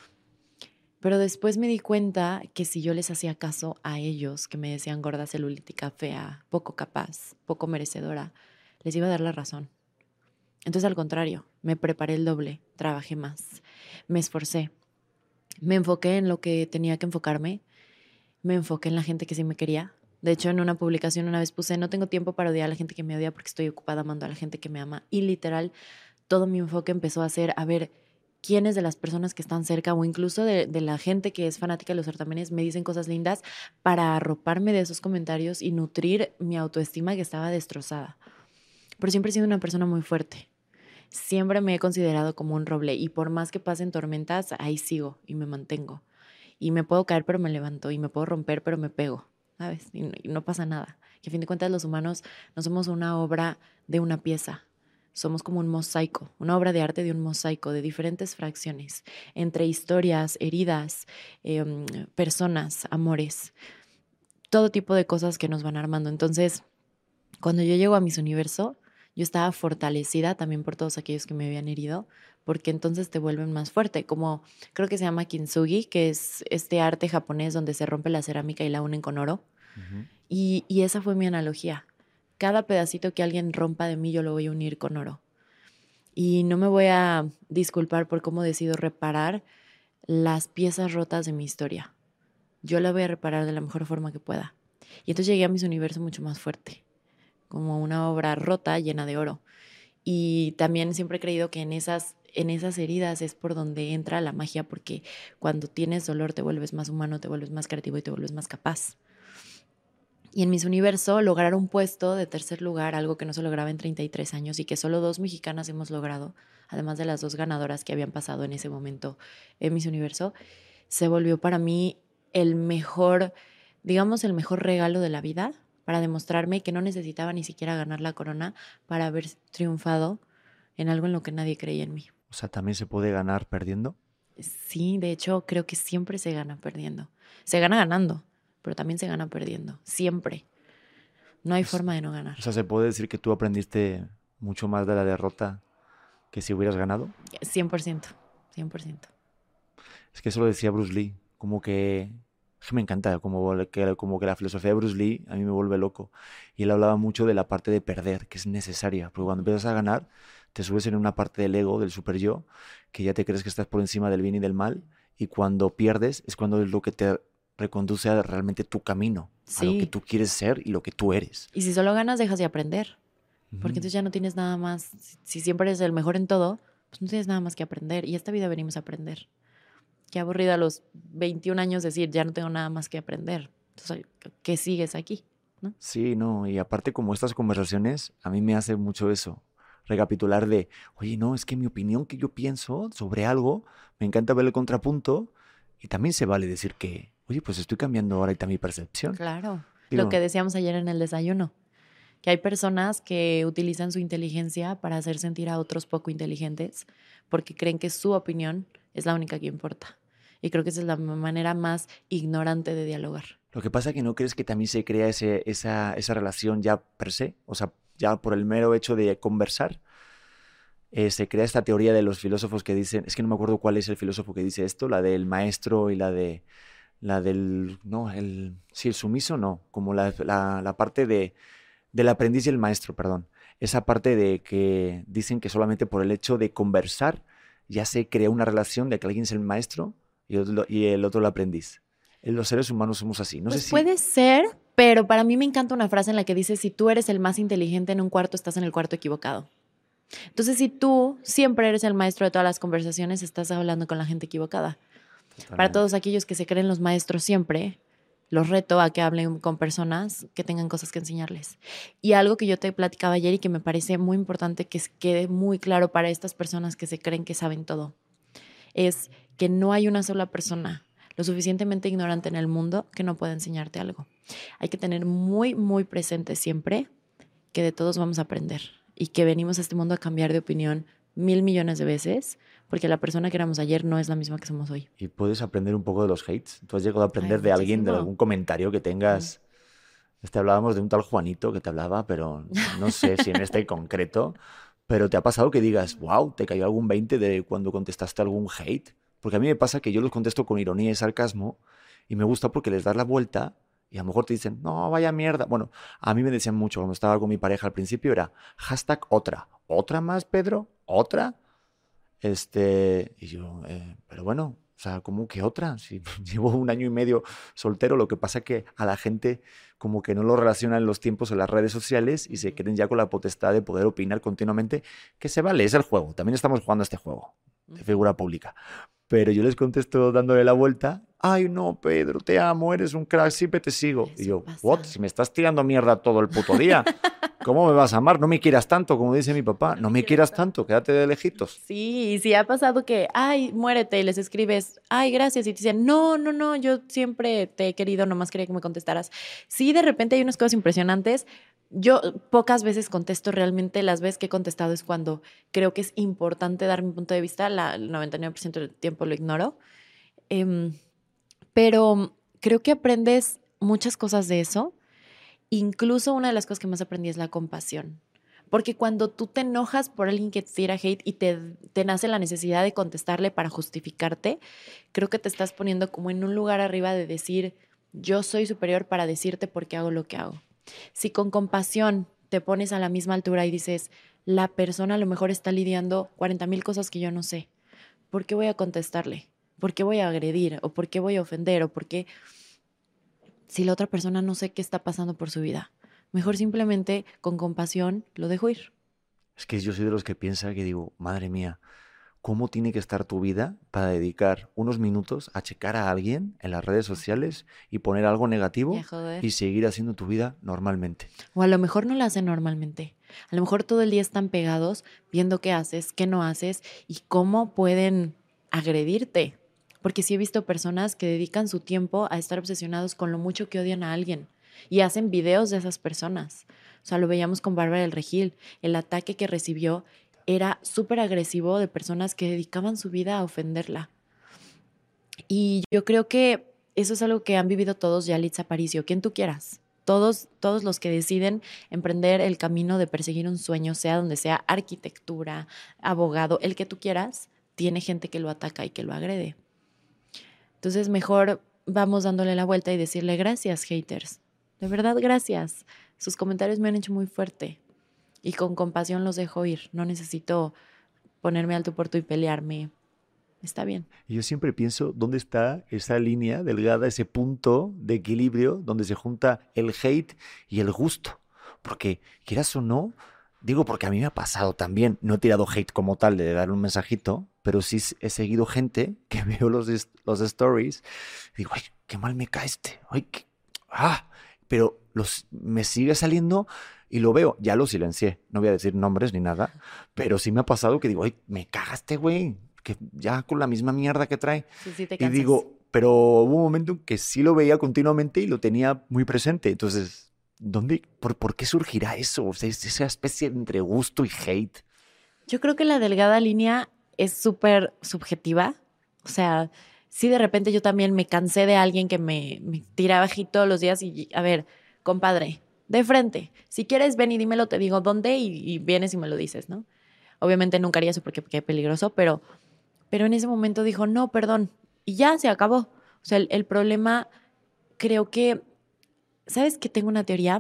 Pero después me di cuenta que si yo les hacía caso a ellos, que me decían gorda, celulítica, fea, poco capaz, poco merecedora, les iba a dar la razón. Entonces, al contrario, me preparé el doble, trabajé más, me esforcé, me enfoqué en lo que tenía que enfocarme, me enfoqué en la gente que sí me quería. De hecho, en una publicación una vez puse, no tengo tiempo para odiar a la gente que me odia porque estoy ocupada amando a la gente que me ama. Y literal, todo mi enfoque empezó a ser, a ver, quiénes de las personas que están cerca o incluso de, de la gente que es fanática de los certámenes me dicen cosas lindas para arroparme de esos comentarios y nutrir mi autoestima que estaba destrozada. Pero siempre he sido una persona muy fuerte. Siempre me he considerado como un roble y por más que pasen tormentas, ahí sigo y me mantengo. Y me puedo caer, pero me levanto. Y me puedo romper, pero me pego, ¿sabes? Y no, y no pasa nada. Que a fin de cuentas los humanos no somos una obra de una pieza. Somos como un mosaico, una obra de arte de un mosaico de diferentes fracciones, entre historias, heridas, eh, personas, amores, todo tipo de cosas que nos van armando. Entonces, cuando yo llego a Miss Universo, yo estaba fortalecida también por todos aquellos que me habían herido, porque entonces te vuelven más fuerte, como creo que se llama kintsugi, que es este arte japonés donde se rompe la cerámica y la unen con oro. Uh-huh. Y, y esa fue mi analogía. Cada pedacito que alguien rompa de mí, yo lo voy a unir con oro. Y no me voy a disculpar por cómo decido reparar las piezas rotas de mi historia. Yo la voy a reparar de la mejor forma que pueda. Y entonces llegué a Miss Universo mucho más fuerte, como una obra rota llena de oro. Y también siempre he creído que en esas, en esas heridas es por donde entra la magia, porque cuando tienes dolor te vuelves más humano, te vuelves más creativo y te vuelves más capaz. Y en Miss Universo, lograr un puesto de tercer lugar, algo que no se lograba en treinta y tres años y que solo dos mexicanas hemos logrado, además de las dos ganadoras que habían pasado en ese momento en Miss Universo, se volvió para mí el mejor, digamos, el mejor regalo de la vida para demostrarme que no necesitaba ni siquiera ganar la corona para haber triunfado en algo en lo que nadie creía en mí. O sea, ¿también se puede ganar perdiendo? Sí, de hecho, creo que siempre se gana perdiendo. Se gana ganando, pero también se gana perdiendo, siempre. No hay pues, forma de no ganar. O sea, ¿se puede decir que tú aprendiste mucho más de la derrota que si hubieras ganado? cien por ciento, cien por ciento. Es que eso lo decía Bruce Lee, como que, que me encanta, como que, como que la filosofía de Bruce Lee a mí me vuelve loco. Y él hablaba mucho de la parte de perder, que es necesaria, porque cuando empiezas a ganar, te subes en una parte del ego, del super yo, que ya te crees que estás por encima del bien y del mal, y cuando pierdes es cuando es lo que te reconduce a realmente tu camino, sí. A lo que tú quieres ser y lo que tú eres. Y si solo ganas, dejas de aprender, uh-huh. Porque entonces ya no tienes nada más. Si siempre eres el mejor en todo, pues no tienes nada más que aprender. Y esta vida venimos a aprender. Qué aburrido a los veintiún años decir, ya no tengo nada más que aprender. Entonces, ¿qué sigues aquí? ¿No? Sí, no, y aparte como estas conversaciones, a mí me hace mucho eso. Recapitular de, oye, no, es que mi opinión que yo pienso sobre algo, me encanta ver el contrapunto y también se vale decir que, oye, pues estoy cambiando ahorita mi percepción. Claro, Digo, lo que decíamos ayer en el desayuno, que hay personas que utilizan su inteligencia para hacer sentir a otros poco inteligentes porque creen que su opinión es la única que importa. Y creo que esa es la manera más ignorante de dialogar. Lo que pasa es que ¿no crees que también se crea ese, esa, esa relación ya per se? O sea, ya por el mero hecho de conversar, eh, se crea esta teoría de los filósofos que dicen, es que no me acuerdo cuál es el filósofo que dice esto, la del maestro y la de, la del, no, el, sí, el sumiso, no, como la, la, la parte de, del aprendiz y el maestro, perdón. Esa parte de que dicen que solamente por el hecho de conversar ya se crea una relación de que alguien es el maestro y, otro, y el otro el aprendiz. Los seres humanos somos así. No Pues sé si... puede ser, pero para mí me encanta una frase en la que dice, si tú eres el más inteligente en un cuarto, estás en el cuarto equivocado. Entonces, si tú siempre eres el maestro de todas las conversaciones, estás hablando con la gente equivocada. Totalmente. Para todos aquellos que se creen los maestros siempre, los reto a que hablen con personas que tengan cosas que enseñarles. Y algo que yo te platicaba ayer y que me parece muy importante que quede muy claro para estas personas que se creen que saben todo, es que no hay una sola persona lo suficientemente ignorante en el mundo que no pueda enseñarte algo. Hay que tener muy, muy presente siempre que de todos vamos a aprender y que venimos a este mundo a cambiar de opinión mil millones de veces, porque la persona que éramos ayer no es la misma que somos hoy. Y puedes aprender un poco de los hates. ¿Tú has llegado a aprender Ay, de alguien, de algún comentario que tengas? Mm. Este, hablábamos de un tal Juanito que te hablaba, pero no sé si en este concreto, pero ¿te ha pasado que digas, wow, te cayó algún veinte de cuando contestaste algún hate? Porque a mí me pasa que yo los contesto con ironía y sarcasmo y me gusta porque les das la vuelta y a lo mejor te dicen, no, vaya mierda. Bueno, a mí me decían mucho cuando estaba con mi pareja al principio, era hashtag otra. ¿Otra más, Pedro? ¿Otra? Este, y yo, eh, pero bueno, o sea, ¿cómo que otra? Si llevo un año y medio soltero, lo que pasa es que a la gente como que no lo relacionan los tiempos en las redes sociales y se creen ya con la potestad de poder opinar continuamente, que se vale, es el juego. También estamos jugando a este juego de figura pública. Pero yo les contesto dándole la vuelta, ay no, Pedro, te amo, eres un crack, siempre te sigo. Eso y yo, pasa. What? Si me estás tirando mierda todo el puto día, ¿cómo me vas a amar? No me quieras tanto, como dice mi papá, no me quieras tanto, quédate de lejitos. Sí, y sí ha pasado que, ay, muérete, y les escribes, ay, gracias, y te dicen, no, no, no, yo siempre te he querido, nomás quería que me contestaras. Sí, de repente hay unas cosas impresionantes. Yo pocas veces contesto realmente, las veces que he contestado es cuando creo que es importante dar mi punto de vista, la, el noventa y nueve por ciento del tiempo lo ignoro, eh, pero creo que aprendes muchas cosas de eso. Incluso una de las cosas que más aprendí es la compasión, porque cuando tú te enojas por alguien que te tira hate y te, te nace la necesidad de contestarle para justificarte, creo que te estás poniendo como en un lugar arriba de decir, yo soy superior para decirte por qué hago lo que hago. Si con compasión te pones a la misma altura y dices, la persona a lo mejor está lidiando cuarenta mil cosas que yo no sé, ¿por qué voy a contestarle? ¿Por qué voy a agredir? ¿O por qué voy a ofender? ¿O por qué? Si la otra persona no sé qué está pasando por su vida. Mejor simplemente con compasión lo dejo ir. Es que yo soy de los que piensa que digo, madre mía, ¿cómo tiene que estar tu vida para dedicar unos minutos a checar a alguien en las redes sociales y poner algo negativo y seguir haciendo tu vida normalmente? O a lo mejor no la hacen normalmente. A lo mejor todo el día están pegados viendo qué haces, qué no haces y cómo pueden agredirte. Porque sí he visto personas que dedican su tiempo a estar obsesionados con lo mucho que odian a alguien y hacen videos de esas personas. O sea, lo veíamos con Bárbara del Regil. El ataque que recibió era súper agresivo de personas que dedicaban su vida a ofenderla. Y yo creo que eso es algo que han vivido todos, Yalitza Aparicio, quien tú quieras. Todos, todos los que deciden emprender el camino de perseguir un sueño, sea donde sea arquitectura, abogado, el que tú quieras, tiene gente que lo ataca y que lo agrede. Entonces mejor vamos dándole la vuelta y decirle gracias, haters. De verdad, gracias. Sus comentarios me han hecho muy fuerte. Y con compasión los dejo ir. No necesito ponerme al tú por tú y pelearme. Está bien. Y yo siempre pienso, ¿dónde está esa línea delgada, ese punto de equilibrio donde se junta el hate y el gusto? Porque, quieras o no, digo porque a mí me ha pasado también. No he tirado hate como tal de dar un mensajito, pero sí he seguido gente que veo los, los stories y digo, ay, qué mal me cae este. Ay, qué... ah, pero los, me sigue saliendo y lo veo. Ya lo silencié. No voy a decir nombres ni nada, pero sí me ha pasado que digo, ay, me cagaste, güey. Que ya con la misma mierda que trae. Sí, sí te y digo, pero hubo un momento en que sí lo veía continuamente y lo tenía muy presente. Entonces, ¿dónde, por, por qué surgirá eso? O sea, esa especie entre gusto y hate. Yo creo que la delgada línea es súper subjetiva O sea, sí de repente yo también me cansé de alguien que me, me tiraba hate todos los días y, a ver, compadre, de frente, si quieres ven y dímelo, te digo dónde y, y vienes y me lo dices, ¿no? Obviamente nunca haría eso porque, porque es peligroso, pero, pero en ese momento dijo, no, perdón, y ya se acabó. O sea, el, el problema, creo que, ¿sabes que tengo una teoría?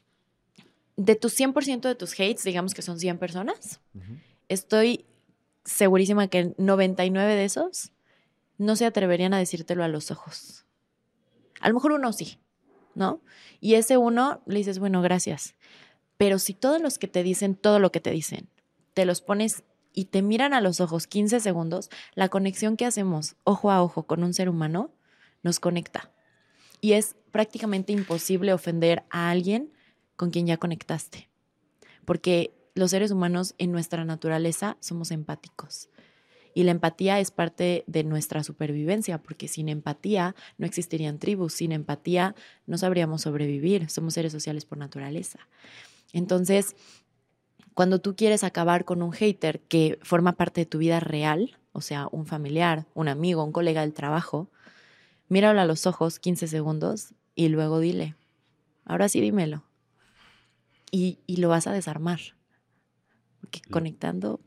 De tus cien por ciento de tus hates, digamos que son cien personas, Ujú. estoy segurísima que noventa y nueve de esos no se atreverían a decírtelo a los ojos. A lo mejor uno sí, ¿no? Y ese uno le dices, bueno, gracias. Pero si todos los que te dicen todo lo que te dicen, te los pones y te miran a los ojos quince segundos, la conexión que hacemos ojo a ojo con un ser humano nos conecta. Y es prácticamente imposible ofender a alguien con quien ya conectaste. Porque los seres humanos en nuestra naturaleza somos empáticos. Y la empatía es parte de nuestra supervivencia, porque sin empatía no existirían tribus, sin empatía no sabríamos sobrevivir, somos seres sociales por naturaleza. Entonces, cuando tú quieres acabar con un hater que forma parte de tu vida real, o sea, un familiar, un amigo, un colega del trabajo, míralo a los ojos quince segundos y luego dile, ahora sí dímelo. Y, y lo vas a desarmar, porque Lo, conectando,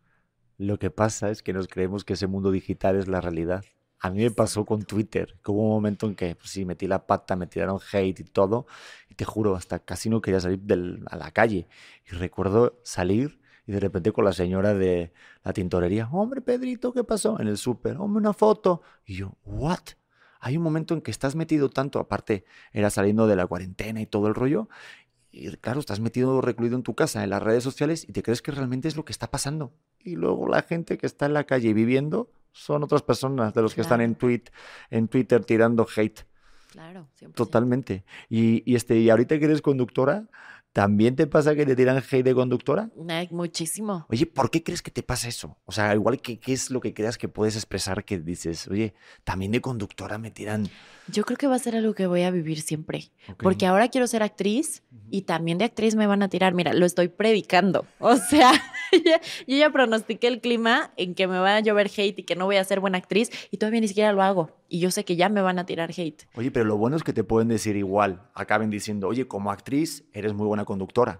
lo que pasa es que nos creemos que ese mundo digital es la realidad. A mí me pasó con Twitter, que hubo un momento en que pues, sí, metí la pata, me tiraron hate y todo, y te juro, hasta casi no quería salir del- a la calle. Y recuerdo salir y de repente con la señora de la tintorería, hombre, Pedrito, ¿qué pasó? En el súper, hombre, una foto. Y yo, ¿what? Hay un momento en que estás metido tanto, aparte era saliendo de la cuarentena y todo el rollo, y claro, estás metido recluido en tu casa, en las redes sociales, y te crees que realmente es lo que está pasando. Y luego la gente que está en la calle viviendo son otras personas de los que están en, claro, tweet, en Twitter tirando hate. claro, cien por ciento. Totalmente. Y, y, este, y ahorita que eres conductora, ¿también te pasa que te tiran hate de conductora? Ay, muchísimo. Oye, ¿por qué crees que te pasa eso? O sea, igual que qué es lo que creas que puedes expresar que dices, oye, también de conductora me tiran. Yo creo que va a ser algo que voy a vivir siempre, Ok. porque ahora quiero ser actriz Ujú. y también de actriz me van a tirar. Mira, lo estoy predicando. O sea, ya- yo ya pronostiqué el clima en que me va a llover hate y que no voy a ser buena actriz y todavía ni siquiera lo hago. Y yo sé que ya me van a tirar hate. Oye, pero lo bueno es que te pueden decir igual, acaben diciendo, oye, como actriz eres muy buena conductora.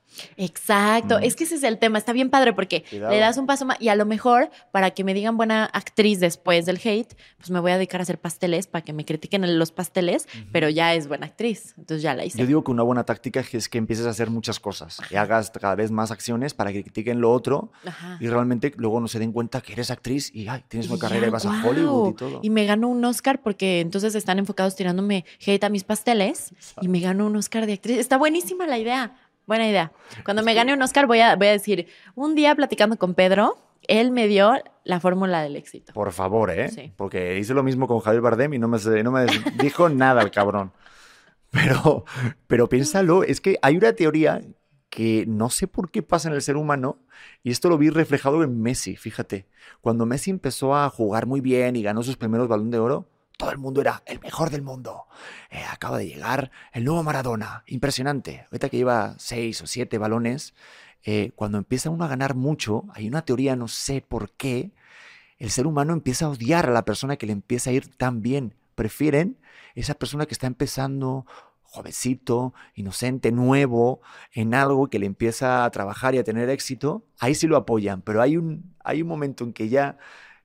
Exacto, Mm, es que ese es el tema, está bien padre porque le cuidado. das un paso más y a lo mejor para que me digan buena actriz después del hate, pues me voy a dedicar a hacer pasteles para que me critiquen en los pasteles, Ujú. pero ya es buena actriz, entonces ya la Yo hice. digo que una buena táctica es que empieces a hacer muchas cosas y Ajá, hagas cada vez más acciones para que critiquen lo otro ajá. y realmente luego no se den cuenta que eres actriz y ay, tienes una Y carrera y ya, vas a Hollywood y wow. todo. Y me ganó un Oscar porque entonces están enfocados tirándome hate a mis pasteles y me ganó un Oscar de actriz. Está buenísima la idea. Buena idea. Cuando Es me que, gane un Oscar voy a, voy a decir, un día platicando con Pedro, él me dio la fórmula del éxito. por favor, ¿eh? Sí. Porque hice lo mismo con Javier Bardem y no me, no me dijo nada el cabrón. Pero, pero piénsalo, es que hay una teoría que no sé por qué pasa en el ser humano, y esto lo vi reflejado en Messi, fíjate. Cuando Messi empezó a jugar muy bien y ganó sus primeros balón de oro, todo el mundo era el mejor del mundo. Eh, acaba de llegar el nuevo Maradona, impresionante. Ahorita que lleva seis o siete balones, eh, cuando empieza uno a ganar mucho, hay una teoría, no sé por qué, el ser humano empieza a odiar a la persona que le empieza a ir tan bien. Prefieren esa persona que está empezando jovencito, inocente, nuevo, en algo que le empieza a trabajar y a tener éxito, ahí sí lo apoyan, pero hay un, hay un momento en que ya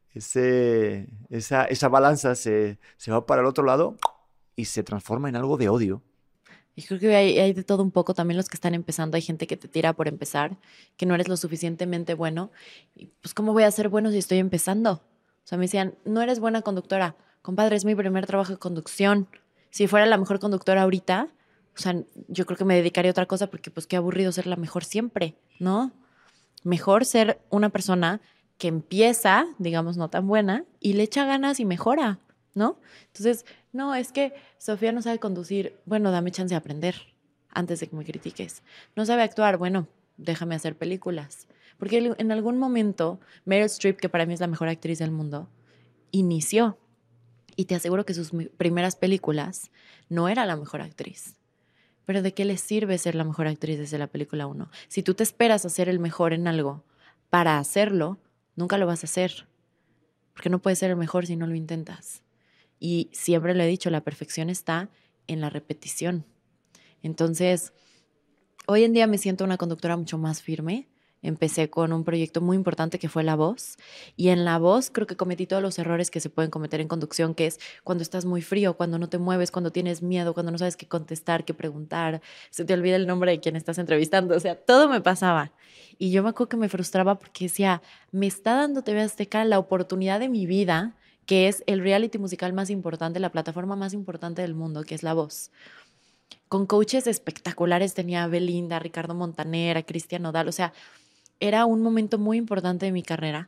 ese, esa, esa balanza se, se va para el otro lado y se transforma en algo de odio. Y creo que hay, hay de todo un poco, también los que están empezando, hay gente que te tira por empezar, que no eres lo suficientemente bueno. Y pues, ¿cómo voy a ser bueno si estoy empezando? O sea, me decían, no eres buena conductora. Compadre, es mi primer trabajo de conducción. Si fuera la mejor conductora ahorita, o sea, yo creo que me dedicaría a otra cosa porque pues qué aburrido ser la mejor siempre, ¿no? Mejor ser una persona que empieza, digamos, no tan buena, y le echa ganas y mejora, ¿no? Entonces, no, es que Sofía no sabe conducir. Bueno, dame chance de aprender antes de que me critiques. No sabe actuar. Bueno, déjame hacer películas. Porque en algún momento, Meryl Streep, que para mí es la mejor actriz del mundo, inició. Y te aseguro que sus primeras películas no era la mejor actriz. Pero ¿de qué le sirve ser la mejor actriz desde la película uno? Si tú te esperas a ser el mejor en algo para hacerlo, nunca lo vas a hacer. porque no puedes ser el mejor si no lo intentas. Y siempre lo he dicho, la perfección está en la repetición. Entonces, hoy en día me siento una conductora mucho más firme. Empecé con un proyecto muy importante que fue La Voz. Y en La Voz creo que cometí todos los errores que se pueden cometer en conducción, que es cuando estás muy frío, cuando no te mueves, cuando tienes miedo, cuando no sabes qué contestar, qué preguntar, se te olvida el nombre de quien estás entrevistando. O sea, todo me pasaba. Y yo me acuerdo que me frustraba porque decía, me está dando T V Azteca la oportunidad de mi vida, que es el reality musical más importante, la plataforma más importante del mundo, que es La Voz. Con coaches espectaculares, tenía a Belinda, a Ricardo Montaner, a Cristian Nodal, o sea, era un momento muy importante de mi carrera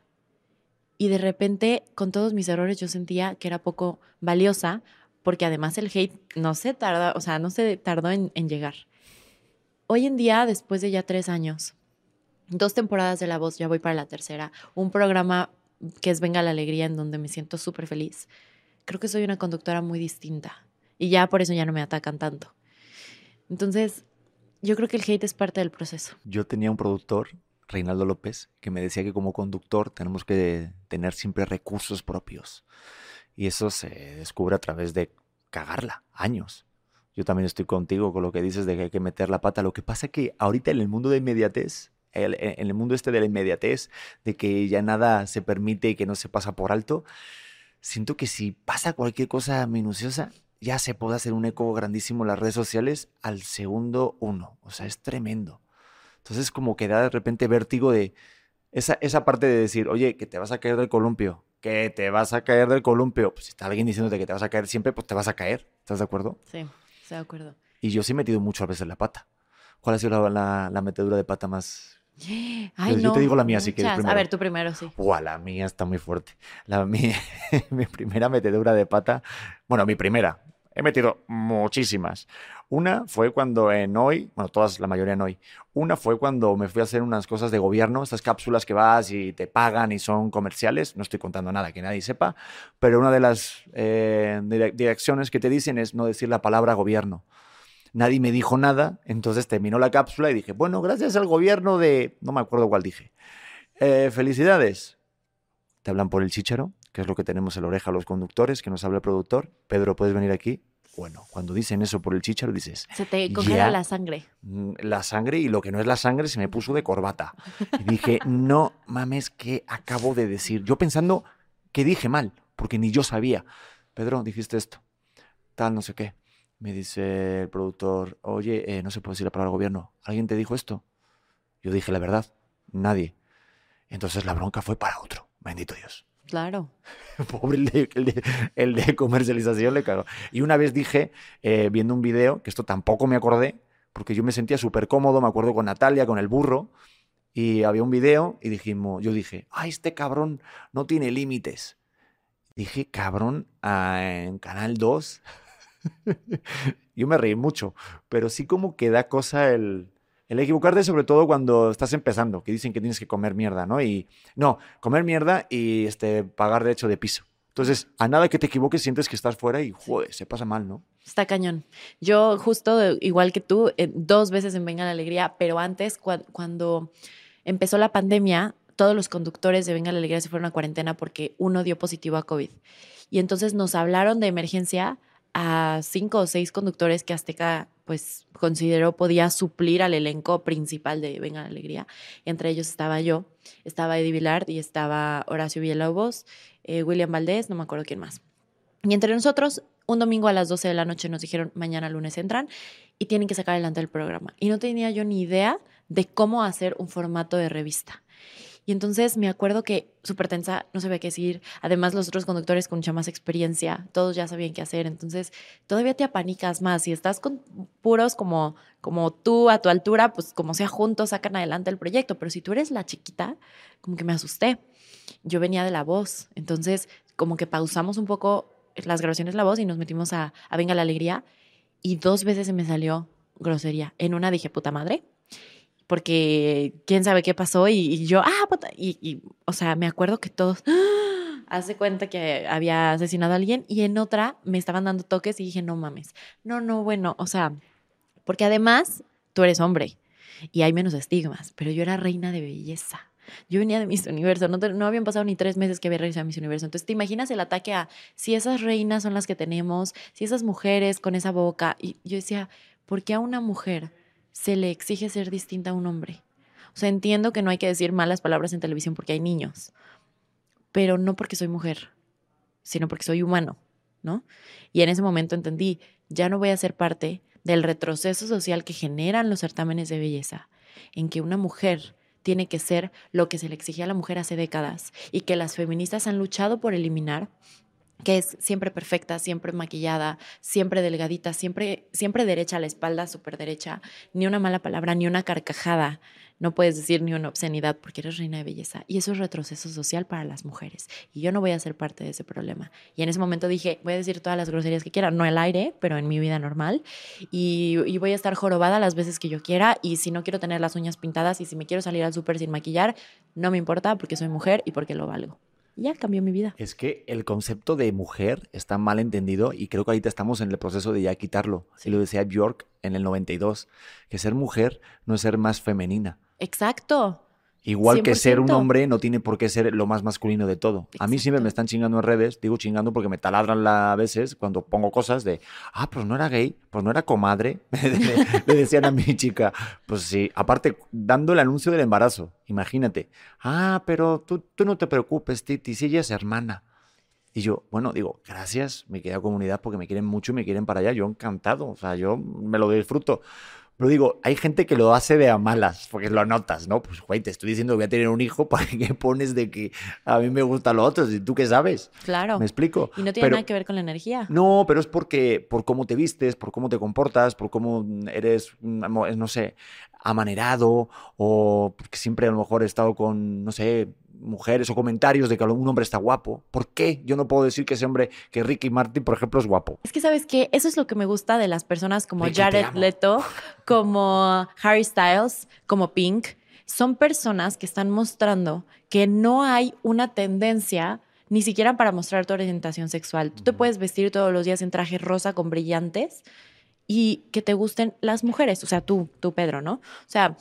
y de repente con todos mis errores yo sentía que era poco valiosa porque además el hate no se tarda, o sea, no se tardó en, en llegar. Hoy en día, después de ya tres años, dos temporadas de La Voz, ya voy para la tercera, un programa que es Venga la Alegría en donde me siento súper feliz, creo que soy una conductora muy distinta y ya por eso ya no me atacan tanto. Entonces, yo creo que el hate es parte del proceso. Yo tenía un productor, Reinaldo López, que me decía que como conductor tenemos que tener siempre recursos propios. Y eso se descubre a través de cagarla, años. Yo también estoy contigo con lo que dices de que hay que meter la pata. Lo que pasa es que ahorita en el mundo de inmediatez, el, en el mundo este de la inmediatez, de que ya nada se permite y que no se pasa por alto, siento que si pasa cualquier cosa minuciosa, ya se puede hacer un eco grandísimo en las redes sociales al segundo uno. O sea, es tremendo. Entonces como que da de repente vértigo de esa, esa parte de decir, oye, que te vas a caer del columpio, que te vas a caer del columpio. Pues si está alguien diciéndote que te vas a caer siempre, pues te vas a caer. ¿Estás de acuerdo? Sí, estoy de acuerdo. Y yo sí he metido mucho a veces la pata. ¿Cuál ha sido la, la, la metedura de pata más? Ay, yo, no. yo te digo la mía, si quieres Muchas. primero. A ver, tú primero, sí. Uah, la mía está muy fuerte. La mía, mi primera metedura de pata, bueno, mi primera, he metido muchísimas. Una fue cuando en Hoy, bueno, todas, la mayoría en Hoy. Una fue cuando me fui a hacer unas cosas de gobierno, estas cápsulas que vas y te pagan y son comerciales. No estoy contando nada que nadie sepa, pero una de las eh, direcciones que te dicen es no decir la palabra gobierno. Nadie me dijo nada, entonces terminó la cápsula y dije, bueno, gracias al gobierno de... No me acuerdo cuál dije. Eh, felicidades. Te hablan por el chícharo, que es lo que tenemos en la oreja los conductores, que nos habla el productor. Pedro, ¿puedes venir aquí? Bueno, cuando dicen eso por el chícharo, dices... Se te congela la sangre. La sangre, y lo que no es la sangre se me puso de corbata. Y dije, no mames, ¿qué acabo de decir? Yo pensando que dije mal, porque ni yo sabía. Pedro, dijiste esto, tal, no sé qué. Me dice el productor, oye, eh, no se puede decir la palabra gobierno. ¿Alguien te dijo esto? Yo dije la verdad, nadie. Entonces la bronca fue para otro, bendito Dios. Claro. Pobre el de, el, de, el de comercialización le cagó. Y una vez dije, eh, viendo un video, que esto tampoco me acordé, porque yo me sentía súper cómodo, me acuerdo con Natalia, con el burro, y había un video y dijimos, yo dije, ay, este cabrón no tiene límites. Dije, cabrón, ah, en Canal dos... Yo me reí mucho, pero sí como que da cosa el, el equivocarte, sobre todo cuando estás empezando, que dicen que tienes que comer mierda, ¿no? Y no, comer mierda y este, pagar derecho de piso. Entonces, a nada que te equivoques, sientes que estás fuera y, joder, se pasa mal, ¿no? Está cañón. Yo justo, igual que tú, eh, dos veces en Venga la Alegría, pero antes, cu cuando empezó la pandemia, todos los conductores de Venga la Alegría se fueron a cuarentena porque uno dio positivo a COVID. Y entonces nos hablaron de emergencia a cinco o seis conductores que Azteca pues consideró podía suplir al elenco principal de Venga la Alegría. Entre ellos estaba yo, estaba Eddie Villard y estaba Horacio Villalobos, eh, William Valdés, no me acuerdo quién más. Y entre nosotros, un domingo a las doce de la noche nos dijeron, mañana lunes entran y tienen que sacar adelante el programa. Y no tenía yo ni idea de cómo hacer un formato de revista. Y entonces me acuerdo que súper tensa, no sabía qué decir. Además, los otros conductores con mucha más experiencia, todos ya sabían qué hacer. Entonces, todavía te apanicas más. Si estás con puros como, como tú a tu altura, pues como sea juntos, sacan adelante el proyecto. Pero si tú eres la chiquita, como que me asusté. Yo venía de La Voz. Entonces, como que pausamos un poco las grabaciones de La Voz y nos metimos a, a Venga la Alegría. Y dos veces se me salió grosería. En una dije, puta madre. Porque quién sabe qué pasó y, y yo, ah, puta, y, y, o sea, me acuerdo que todos, ¡ah! Hace cuenta que había asesinado a alguien y en otra me estaban dando toques y dije, no mames, no, no, bueno, o sea, porque además tú eres hombre y hay menos estigmas, pero yo era reina de belleza. Yo venía de Miss Universo, no, te, no habían pasado ni tres meses que había regresado a Miss Universo. Entonces, ¿te imaginas el ataque a si esas reinas son las que tenemos, si esas mujeres con esa boca? Y yo decía, ¿por qué a una mujer se le exige ser distinta a un hombre? O sea, entiendo que no hay que decir malas palabras en televisión porque hay niños, pero no porque soy mujer, sino porque soy humano, ¿no? Y en ese momento entendí, ya no voy a ser parte del retroceso social que generan los certámenes de belleza, en que una mujer tiene que ser lo que se le exigía a la mujer hace décadas y que las feministas han luchado por eliminar, que es siempre perfecta, siempre maquillada, siempre delgadita, siempre, siempre derecha a la espalda, súper derecha, ni una mala palabra, ni una carcajada. No puedes decir ni una obscenidad porque eres reina de belleza. Y eso es retroceso social para las mujeres. Y yo no voy a ser parte de ese problema. Y en ese momento dije, voy a decir todas las groserías que quiera, no al aire, pero en mi vida normal. Y, y voy a estar jorobada las veces que yo quiera. Y si no quiero tener las uñas pintadas y si me quiero salir al súper sin maquillar, no me importa porque soy mujer y porque lo valgo. Y ya cambió mi vida. Es que el concepto de mujer está mal entendido y creo que ahorita estamos en el proceso de ya quitarlo. Sí. Y lo decía Björk en el noventa y dos, que ser mujer no es ser más femenina. Exacto. Igual cien por ciento. Que ser un hombre no tiene por qué ser lo más masculino de todo. Exacto. A mí siempre me están chingando en redes, digo chingando porque me taladran la, a veces cuando pongo cosas de, ah, pues no era gay, pues no era comadre, le decían a mi chica. Pues sí, aparte dando el anuncio del embarazo, imagínate. Ah, pero tú, tú no te preocupes, Titi, si ella es hermana. Y yo, bueno, digo, gracias, mi querida comunidad, porque me quieren mucho y me quieren para allá. Yo encantado, o sea, yo me lo disfruto. Pero digo, hay gente que lo hace de a malas, porque lo notas, ¿no? Pues, güey, te estoy diciendo que voy a tener un hijo, ¿para qué pones de que a mí me gusta lo otro? ¿Y tú qué sabes? Claro. ¿Me explico? Y no tiene pero, nada que ver con la energía. No, pero es porque, por cómo te vistes, por cómo te comportas, por cómo eres, no sé, amanerado, o porque siempre a lo mejor he estado con, no sé, mujeres o comentarios de que un hombre está guapo. ¿Por qué yo no puedo decir que ese hombre, que Ricky Martin, por ejemplo, es guapo? Es que, ¿sabes qué? Eso es lo que me gusta de las personas como Ricky, Jared Leto, como Harry Styles, como Pink. Son personas que están mostrando que no hay una tendencia ni siquiera para mostrar tu orientación sexual. Tú te puedes vestir todos los días en traje rosa con brillantes y que te gusten las mujeres. O sea, tú, tú, Pedro, ¿no? O sea,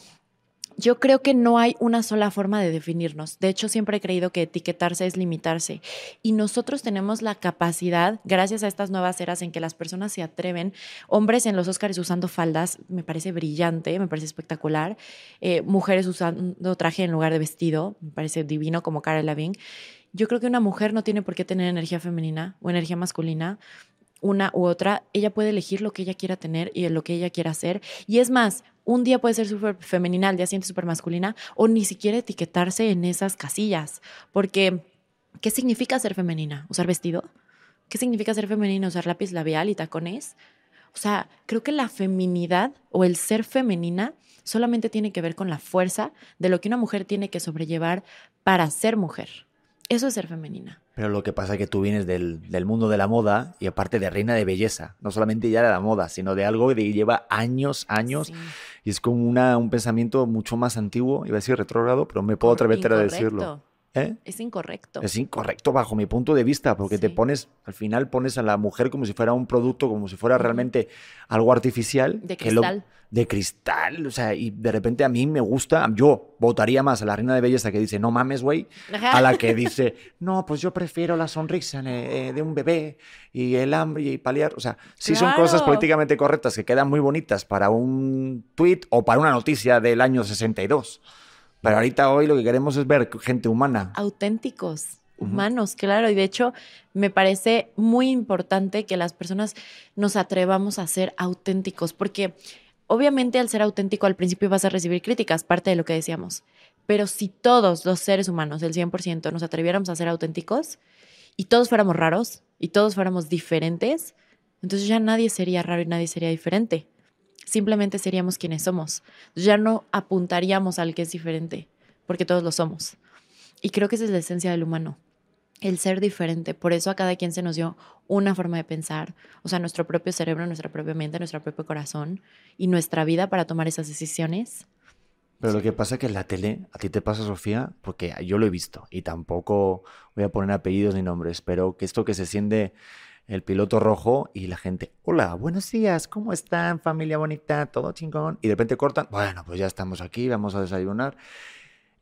yo creo que no hay una sola forma de definirnos. De hecho, siempre he creído que etiquetarse es limitarse. Y nosotros tenemos la capacidad, gracias a estas nuevas eras en que las personas se atreven, hombres en los Óscars usando faldas, me parece brillante, me parece espectacular. Eh, mujeres usando traje en lugar de vestido, me parece divino, como Cara Delevingne. Yo creo que una mujer no tiene por qué tener energía femenina o energía masculina, una u otra. Ella puede elegir lo que ella quiera tener y lo que ella quiera hacer. Y es más, un día puede ser súper femenina, al día siguiente súper masculina, o ni siquiera etiquetarse en esas casillas. Porque, ¿qué significa ser femenina? ¿Usar vestido? ¿Qué significa ser femenina? ¿Usar lápiz labial y tacones? O sea, creo que la feminidad o el ser femenina solamente tiene que ver con la fuerza de lo que una mujer tiene que sobrellevar para ser mujer. Eso es ser femenina. Pero lo que pasa es que tú vienes del, del mundo de la moda y aparte de reina de belleza. No solamente ya de la moda, sino de algo que lleva años, años. Sí. Y es como una, un pensamiento mucho más antiguo, iba a decir retrógrado, pero me puedo atrever a decirlo. ¿Eh? Es incorrecto. Es incorrecto bajo mi punto de vista, porque sí. te pones, al final pones a la mujer como si fuera un producto, como si fuera uh-huh. realmente algo artificial. De cristal. Que lo, de cristal, o sea, y de repente a mí me gusta, yo votaría más a la reina de belleza que dice, no mames, güey, a la que dice, no, pues yo prefiero la sonrisa eh, de un bebé y el hambre y paliar. O sea, sí claro. son cosas políticamente correctas que quedan muy bonitas para un tweet o para una noticia del año sesenta y dos. Pero ahorita hoy lo que queremos es ver gente humana. Auténticos, humanos, uh-huh. claro. Y de hecho, me parece muy importante que las personas nos atrevamos a ser auténticos. Porque obviamente al ser auténtico al principio vas a recibir críticas, parte de lo que decíamos. Pero si todos los seres humanos, el cien por ciento, nos atreviéramos a ser auténticos y todos fuéramos raros y todos fuéramos diferentes, entonces ya nadie sería raro y nadie sería diferente. Simplemente seríamos quienes somos. Ya no apuntaríamos al que es diferente, porque todos lo somos. Y creo que esa es la esencia del humano, el ser diferente. Por eso a cada quien se nos dio una forma de pensar, o sea, nuestro propio cerebro, nuestra propia mente, nuestro propio corazón y nuestra vida para tomar esas decisiones. Pero lo que pasa es que en la tele, a ti te pasa, Sofía, porque yo lo he visto y tampoco voy a poner apellidos ni nombres, pero que esto que se siente el piloto rojo y la gente, hola, buenos días, ¿cómo están, familia bonita? ¿Todo chingón? Y de repente cortan, bueno, pues ya estamos aquí, vamos a desayunar.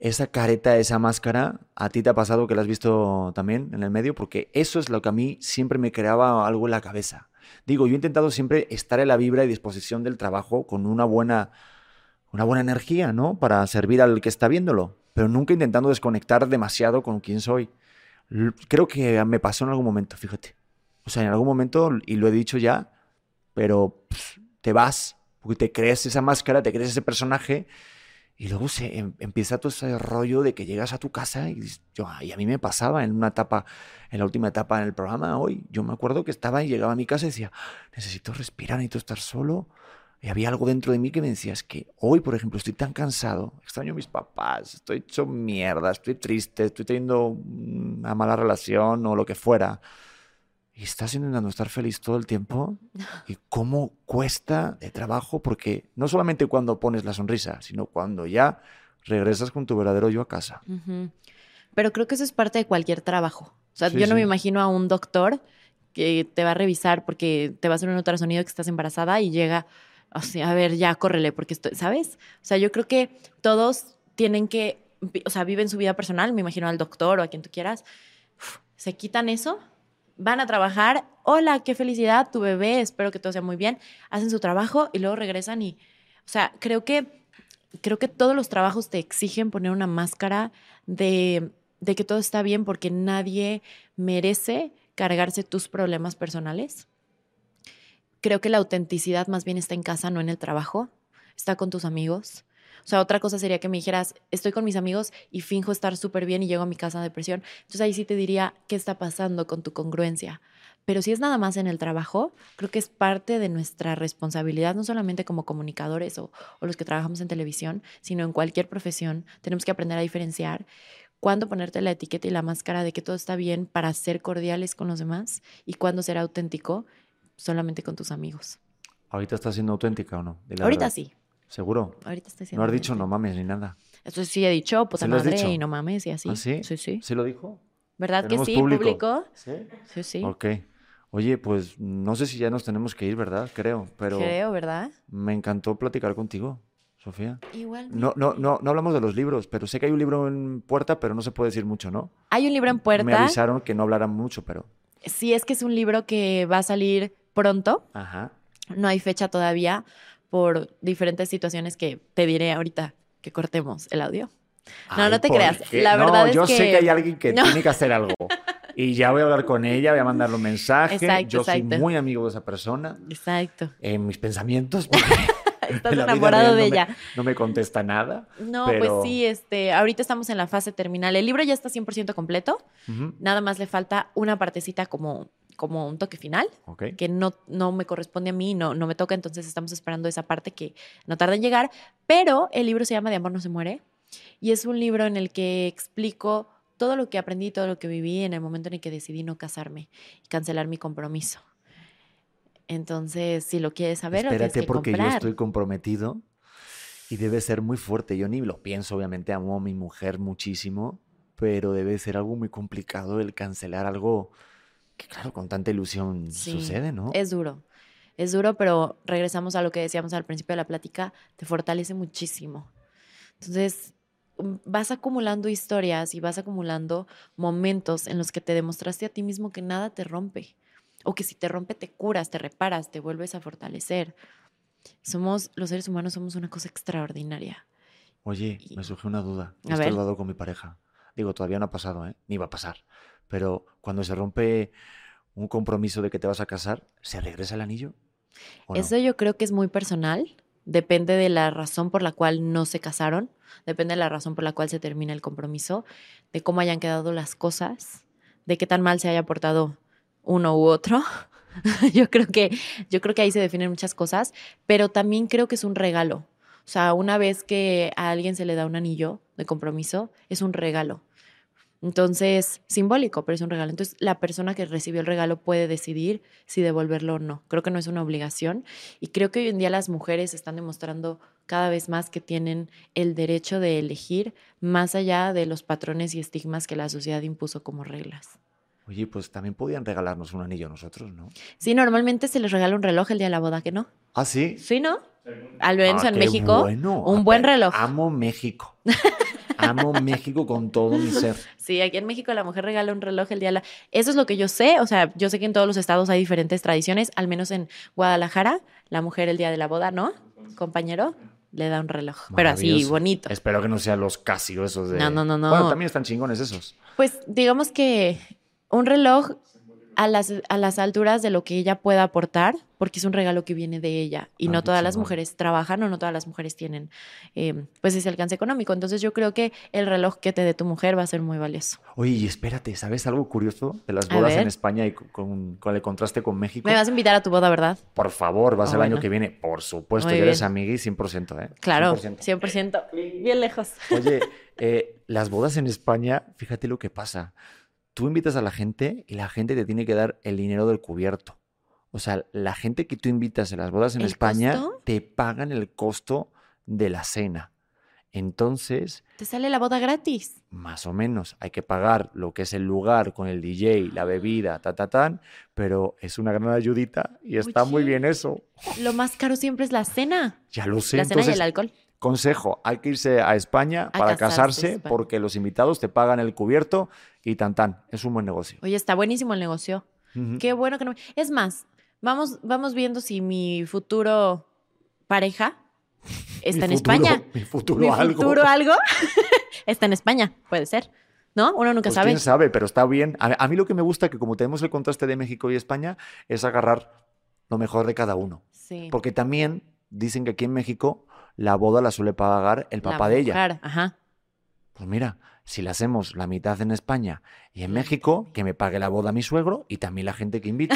esa careta, esa máscara, ¿a ti te ha pasado que la has visto también en el medio? Porque eso es lo que a mí siempre me creaba algo en la cabeza. Digo, yo he intentado siempre estar en la vibra y disposición del trabajo con una buena, una buena energía, ¿no? Para servir al que está viéndolo, pero nunca intentando desconectar demasiado con quién soy. L- Creo que me pasó en algún momento, fíjate. O sea, en algún momento, y lo he dicho ya, pero pff, te vas, porque te crees esa máscara, te crees ese personaje. Y luego se em- empieza todo ese rollo de que llegas a tu casa y, dices, yo, y a mí me pasaba en una etapa, en la última etapa en el programa hoy. Yo me acuerdo que estaba y llegaba a mi casa y decía, necesito respirar, necesito estar solo. Y había algo dentro de mí que me decía, es que hoy, por ejemplo, estoy tan cansado, extraño a mis papás, estoy hecho mierda, estoy triste, estoy teniendo una mala relación o lo que fuera. Y estás intentando estar feliz todo el tiempo. Y cómo cuesta de trabajo, porque no solamente cuando pones la sonrisa, sino cuando ya regresas con tu verdadero yo a casa. Ujú. Pero creo que eso es parte de cualquier trabajo. O sea, Sí, yo no me sí. imagino a un doctor que te va a revisar porque te va a hacer un ultrasonido que estás embarazada y llega, o sea, a ver, ya córrele, porque estoy, ¿sabes? O sea, yo creo que todos tienen que, vi- o sea, viven su vida personal, me imagino al doctor o a quien tú quieras, uf, se quitan eso, van a trabajar, hola, qué felicidad, tu bebé, espero que todo sea muy bien, hacen su trabajo y luego regresan y, o sea, creo que creo que todos los trabajos te exigen poner una máscara de, de que todo está bien porque nadie merece cargarse tus problemas personales. Creo que la autenticidad más bien está en casa, no en el trabajo. Está con tus amigos. O sea, otra cosa sería que me dijeras, estoy con mis amigos y finjo estar súper bien y llego a mi casa de depresión. Entonces ahí sí te diría, ¿qué está pasando con tu congruencia? Pero si es nada más en el trabajo, creo que es parte de nuestra responsabilidad, no solamente como comunicadores o, o los que trabajamos en televisión, sino en cualquier profesión. Tenemos que aprender a diferenciar cuándo ponerte la etiqueta y la máscara de que todo está bien para ser cordiales con los demás y cuándo ser auténtico solamente con tus amigos. ¿Ahorita estás siendo auténtica o no? Di la Ahorita verdad. sí, ¿Seguro? ahorita estoy No siendo has muy dicho no auténtica. mames ni nada. Eso sí he dicho, puta ¿Se lo has madre, y dicho? no mames, y ¿Ah, así. sí? Sí, sí. ¿Sí lo dijo? ¿Verdad que ¿Tenemos sí, público? público? ¿Sí? Sí, sí. Ok. Oye, pues no sé si ya nos tenemos que ir, ¿verdad? Creo, pero Creo, ¿verdad? me encantó platicar contigo, Sofía. No, no, Igualmente. no, no hablamos de los libros, pero sé que hay un libro en puerta, pero no se puede decir mucho, ¿no? Hay un libro en Me puerta. avisaron que no hablaran mucho, pero... Sí, es que es un libro que va a salir pronto. Ajá. No hay fecha todavía por diferentes situaciones que te diré ahorita que cortemos el audio. No, Ay, no te ¿por creas. qué? La No, verdad es yo sé que hay que... alguien que No. tiene que hacer algo. Y ya voy a hablar con ella, voy a mandarle un mensaje. Exacto, Yo soy exacto. muy amigo de esa persona. Exacto. En mis pensamientos, porque Estás en la vida enamorado real de no me, ella. no me contesta nada. No, pues Pero... sí, este, ahorita estamos en la fase terminal. El libro ya está cien por ciento completo. Ujú. Nada más le falta una partecita como, como un toque final, Ok. que no, no me corresponde a mí, no, no me toca, entonces estamos esperando esa parte que no tarda en llegar. Pero el libro se llama De amor no se muere y es un libro en el que explico todo lo que aprendí, todo lo que viví en el momento en el que decidí no casarme y cancelar mi compromiso. Entonces, si lo quieres saber, lo tienes Espérate, que porque yo comprar. estoy comprometido y debe ser muy fuerte. Yo ni lo pienso, obviamente, amo a mi mujer muchísimo, pero debe ser algo muy complicado el cancelar algo que, claro, con tanta ilusión Sí, sucede, ¿no? es duro. Es duro, pero regresamos a lo que decíamos al principio de la plática, te fortalece muchísimo. Entonces, mm, vas acumulando historias y vas acumulando momentos en los que te demostraste a ti mismo que nada te rompe. O que si te rompe, te curas, te reparas, te vuelves a fortalecer. Somos, los seres humanos somos una cosa extraordinaria. Oye, Y, me surgió una duda. a Esto lo he ver, hablado con mi pareja. Digo, todavía no ha pasado, ¿eh? Ni va a pasar. Pero cuando se rompe un compromiso de que te vas a casar, ¿se regresa el anillo o no? eso yo creo que es muy personal. Depende de la razón por la cual no se casaron, depende de la razón por la cual se termina el compromiso, de cómo hayan quedado las cosas, de qué tan mal se haya portado uno u otro. Yo creo que, yo creo que ahí se definen muchas cosas, pero también creo que es un regalo. O sea, una vez que a alguien se le da un anillo de compromiso, es un regalo. Entonces, simbólico, pero es un regalo. Entonces, la persona que recibió el regalo puede decidir si devolverlo o no. Creo que no es una obligación. Y creo que hoy en día las mujeres están demostrando cada vez más que tienen el derecho de elegir más allá de los patrones y estigmas que la sociedad impuso como reglas. Oye, pues también podían regalarnos un anillo a nosotros, ¿no? Sí, normalmente se les regala un reloj el día de la boda, ¿que no? ¿Ah, sí? Sí, ¿no? Al menos Ah, en qué México, bueno. un Ah, buen pero reloj. amo México. amo México con todo mi ser. Sí, aquí en México la mujer regala un reloj el día de la... Eso es lo que yo sé, o sea, yo sé que en todos los estados hay diferentes tradiciones, al menos en Guadalajara, la mujer el día de la boda, ¿no? Compañero, le da un reloj, pero así, Maravilloso. bonito. Espero que no sean los Casio esos de... No, no, no, no. Bueno, también están chingones esos. Pues digamos que un reloj a las, a las alturas de lo que ella pueda aportar, porque es un regalo que viene de ella y Ah, no qué todas las chingón. mujeres trabajan o no todas las mujeres tienen eh, pues ese alcance económico. Entonces yo creo que el reloj que te dé tu mujer va a ser muy valioso. Oye, y espérate, ¿sabes algo curioso de las A bodas en ver. España y con, con- con el contraste con México? Me vas a invitar a tu boda, ¿verdad? Por favor, vas Ah, el año bueno. que viene. Por supuesto, Muy ya eres bien. amigui cien por ciento, ¿eh? Claro, cien por ciento. cien por ciento. Bien lejos. Oye, eh, las bodas en España, fíjate lo que pasa. Tú invitas a la gente y la gente te tiene que dar el dinero del cubierto. O sea, la gente que tú invitas en las bodas en ¿El España costo? te pagan el costo de la cena. Entonces, Te sale la boda gratis. más o menos, hay que pagar lo que es el lugar con el D J, la bebida, ta, ta, tan, pero es una gran ayudita y está muy Oye. bien eso. Lo más caro siempre es la cena. Ya lo sé. La cena y Entonces, el alcohol. consejo, hay que irse a España A para casarse, casarse España. porque los invitados te pagan el cubierto y tan tan. Es un buen negocio. Oye, está buenísimo el negocio. Ujú. Qué bueno que no... Es más, vamos, vamos viendo si mi futuro pareja está Mi en futuro- España. Mi futuro Mi algo. futuro algo está en España, puede ser. ¿No? Uno nunca Pues sabe. quién sabe, pero está bien. A, a mí lo que me gusta que como tenemos el contraste de México y España es agarrar lo mejor de cada uno. Sí. Porque también dicen que aquí en México la boda la suele pagar el La papá de ella. mujer, ajá. Pues mira, si la hacemos la mitad en España y en La México, que me pague la boda mi suegro y también la gente que invite.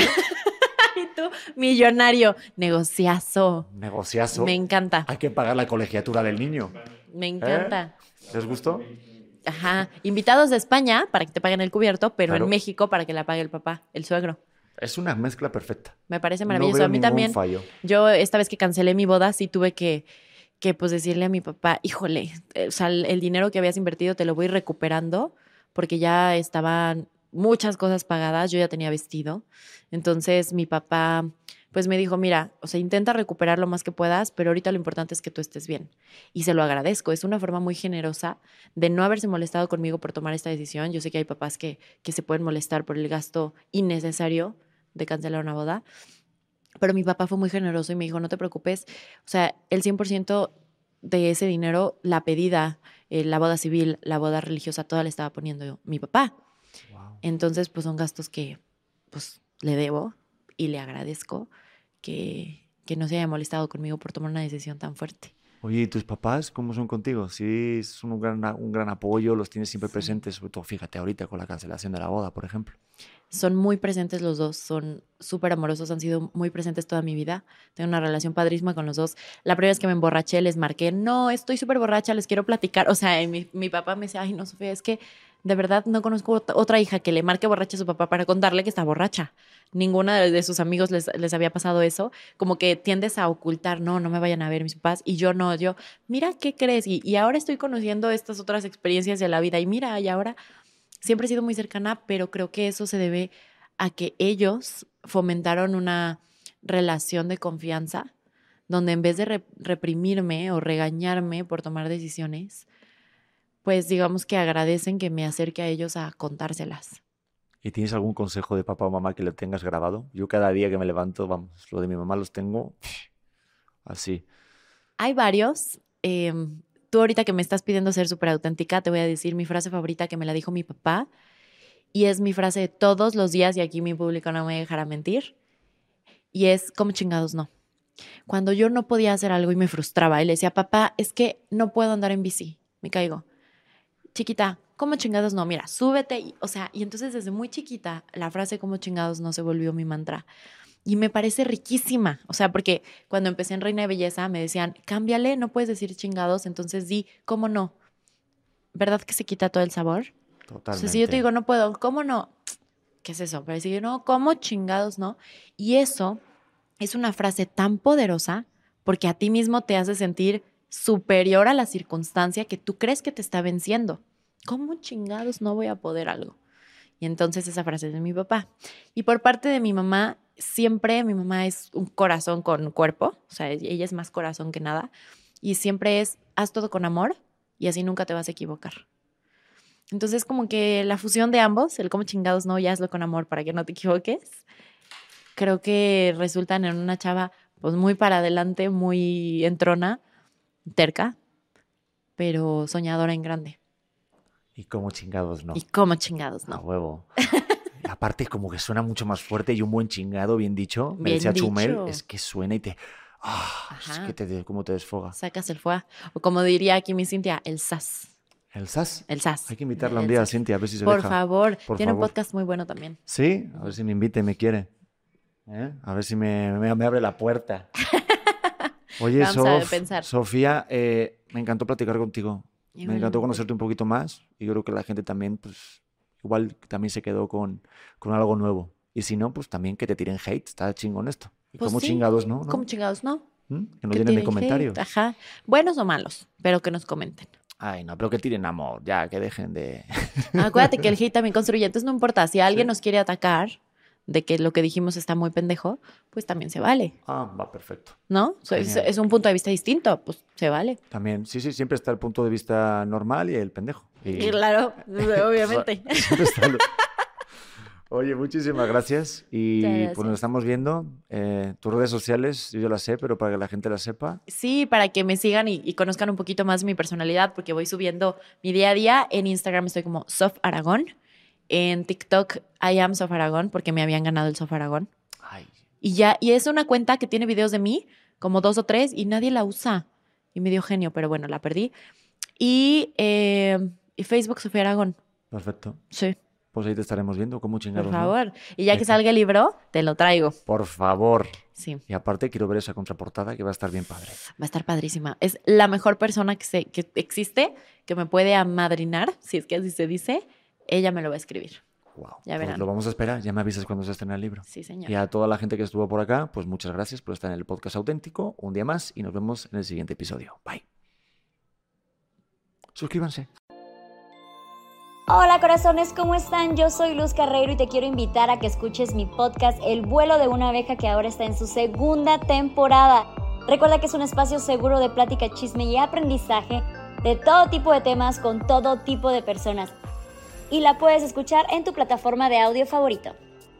Y tú, millonario, negociazo. Negociazo. Me encanta, Hay que pagar la colegiatura del niño. me encanta. ¿Les gustó? Ajá. Invitados de España para que te paguen el cubierto, pero Claro. en México para que la pague el papá, el suegro. Es una mezcla perfecta. Me parece No maravilloso. veo A mí ningún también. fallo. Yo esta vez que cancelé mi boda, sí tuve que, que pues decirle a mi papá, híjole, eh, o sea, el, el dinero que habías invertido te lo voy recuperando porque ya estaban muchas cosas pagadas, yo ya tenía vestido. Entonces mi papá pues me dijo, mira, o sea, intenta recuperar lo más que puedas, pero ahorita lo importante es que tú estés bien. Y se lo agradezco. Es una forma muy generosa de no haberse molestado conmigo por tomar esta decisión. Yo sé que hay papás que, que se pueden molestar por el gasto innecesario de cancelar una boda. Pero mi papá fue muy generoso y me dijo, no te preocupes, o sea, el cien por ciento de ese dinero, la pedida, eh, la boda civil, la boda religiosa, toda le estaba poniendo yo, mi papá. Wow. Entonces, pues son gastos que pues le debo y le agradezco que, que no se haya molestado conmigo por tomar una decisión tan fuerte. Oye, ¿y tus papás cómo son contigo? Sí, son un gran, un gran apoyo, los tienes siempre Sí. presentes, sobre todo, fíjate, ahorita con la cancelación de la boda, por ejemplo. Son muy presentes los dos, son súper amorosos, han sido muy presentes toda mi vida. Tengo una relación padrísima con los dos. La primera vez que me emborraché les marqué, no, estoy súper borracha, les quiero platicar. O sea, y mi, mi papá me decía, ay, no, Sofía, es que de verdad no conozco ot- otra hija que le marque borracha a su papá para contarle que está borracha. Ninguna de, de sus amigos les, les había pasado eso. Como que tiendes a ocultar, no, no me vayan a ver mis papás. Y yo no, yo, mira, ¿qué crees? Y, y ahora estoy conociendo estas otras experiencias de la vida. Y mira, y ahora siempre he sido muy cercana, pero creo que eso se debe a que ellos fomentaron una relación de confianza donde en vez de re- reprimirme o regañarme por tomar decisiones, pues digamos que agradecen que me acerque a ellos a contárselas. ¿Y tienes algún consejo de papá o mamá que lo tengas grabado? Yo cada día que me levanto, vamos, lo de mi mamá los tengo así. Hay varios. eh, tú ahorita que me estás pidiendo ser súper auténtica, te voy a decir mi frase favorita que me la dijo mi papá y es mi frase de todos los días y aquí mi público no me dejará mentir y es como chingados no. Cuando yo no podía hacer algo y me frustraba y le decía, papá, es que no puedo andar en bici, me caigo. Chiquita, ¿cómo chingados no? Mira, súbete. Y, o sea, y entonces desde muy chiquita la frase como chingados no se volvió mi mantra. Y me parece riquísima. O sea, porque cuando empecé en Reina de Belleza me decían, cámbiale, no puedes decir chingados, entonces di, ¿cómo no? ¿Verdad que se quita todo el sabor? O Totalmente. sea, si yo te digo, no puedo, ¿cómo no? ¿Qué es eso? Pero decir, no, ¿cómo chingados no? Y eso es una frase tan poderosa porque a ti mismo te hace sentir superior a la circunstancia que tú crees que te está venciendo. ¿Cómo chingados no voy a poder algo? Y entonces esa frase es de mi papá. Y por parte de mi mamá, siempre mi mamá es un corazón con cuerpo, o sea, ella es más corazón que nada. Y siempre es, haz todo con amor y así nunca te vas a equivocar. Entonces, como que la fusión de ambos, el cómo chingados no y hazlo con amor para que no te equivoques, creo que resultan en una chava pues muy para adelante, muy entrona, terca, pero soñadora en grande. Y cómo chingados no. Y cómo chingados no. A huevo. Aparte, como que suena mucho más fuerte y un buen chingado, bien dicho. Me Bien decía dicho. Chumel, es que suena y te... Ah, es Ajá. que te, como te desfoga. Sacas el fuá. O como diría aquí mi Cintia, el sas. ¿El sas? El sas. Hay que invitarla un El día a sas. Cintia, a ver si se Por deja. favor. Por Tiene favor. un podcast muy bueno también. Sí, a ver si me invita y me quiere. ¿Eh? A ver si me, me, me abre la puerta. Oye, Vamos a Sof, pensar. Sofía, eh, me encantó platicar contigo. Me Igualmente. encantó conocerte un poquito más y yo creo que la gente también, pues, igual también se quedó con, con algo nuevo. Y si no, pues también que te tiren hate, está chingón esto. Y Pues como sí. chingados, ¿no? ¿No? ¿Cómo chingados no? ¿Mm? Que nos Que llenen de tiren comentarios. hate, ajá. Buenos o malos, pero que nos comenten. Ay, no, pero que tiren amor, ya, que dejen de... Acuérdate que el hate también construye. Entonces no importa, si alguien Sí. nos quiere atacar de que lo que dijimos está muy pendejo, pues también se vale, Ah, va, perfecto. ¿no? O sea, es, Genial. es un punto de vista distinto, pues se vale. También, sí, sí, siempre está el punto de vista normal y el pendejo. Y, Y claro, obviamente. Siempre está lo- Oye, muchísimas gracias. Y Muchas pues gracias. nos estamos viendo. Eh, tus redes sociales, yo ya las sé, pero para que la gente las sepa. Sí, para que me sigan y, y conozcan un poquito más mi personalidad, porque voy subiendo mi día a día. En Instagram estoy como Sof Aragón. En TikTok I am Sof Aragón, porque me habían ganado el Sof Aragón. Ay, Y ya, y es una cuenta que tiene videos de mí, como dos o tres, y nadie la usa. Y me dio genio, pero bueno, la perdí. Y, eh, y Facebook Sofía Aragón. perfecto. Sí, Pues ahí te estaremos viendo. ¿Cómo chingados, por no? favor. Y ya que salga el libro, te lo traigo. Por favor. Sí, Y aparte quiero ver esa contraportada que va a estar bien padre. va a estar padrísima. Es la mejor persona que, se, que existe, que me puede amadrinar, si es que así se dice. Ella me lo va a escribir. Wow. Ya Pues verán. lo vamos a esperar. Ya me avisas cuando se estrene el libro. Sí, señor. Y a toda la gente que estuvo por acá, pues muchas gracias por estar en el podcast auténtico un día más y nos vemos en el siguiente episodio. Bye. Suscríbanse. Hola corazones, ¿cómo están? Yo soy Luz Carreiro y te quiero invitar a que escuches mi podcast El vuelo de una abeja, que ahora está en su segunda temporada. Recuerda que es un espacio seguro de plática, chisme y aprendizaje de todo tipo de temas con todo tipo de personas. Y la puedes escuchar en tu plataforma de audio favorito.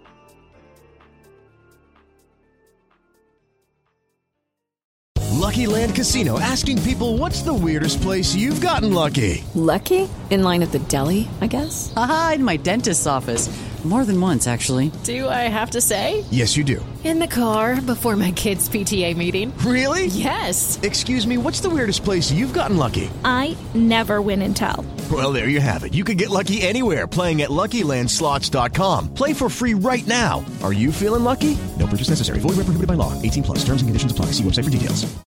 Lucky Land Casino, asking people, what's the weirdest place you've gotten lucky? Lucky? In line at the deli, I guess? Aha, in my dentist's office. More than once, actually. Do I have to say? Yes, you do. In the car before my kids' P T A meeting. Really? Yes. Excuse me, what's the weirdest place you've gotten lucky? I never win and tell. Well, there you have it. You can get lucky anywhere, playing at Lucky Land Slots dot com. Play for free right now. Are you feeling lucky? No purchase necessary. Void where prohibited by law. eighteen plus. Terms and conditions apply. See website for details.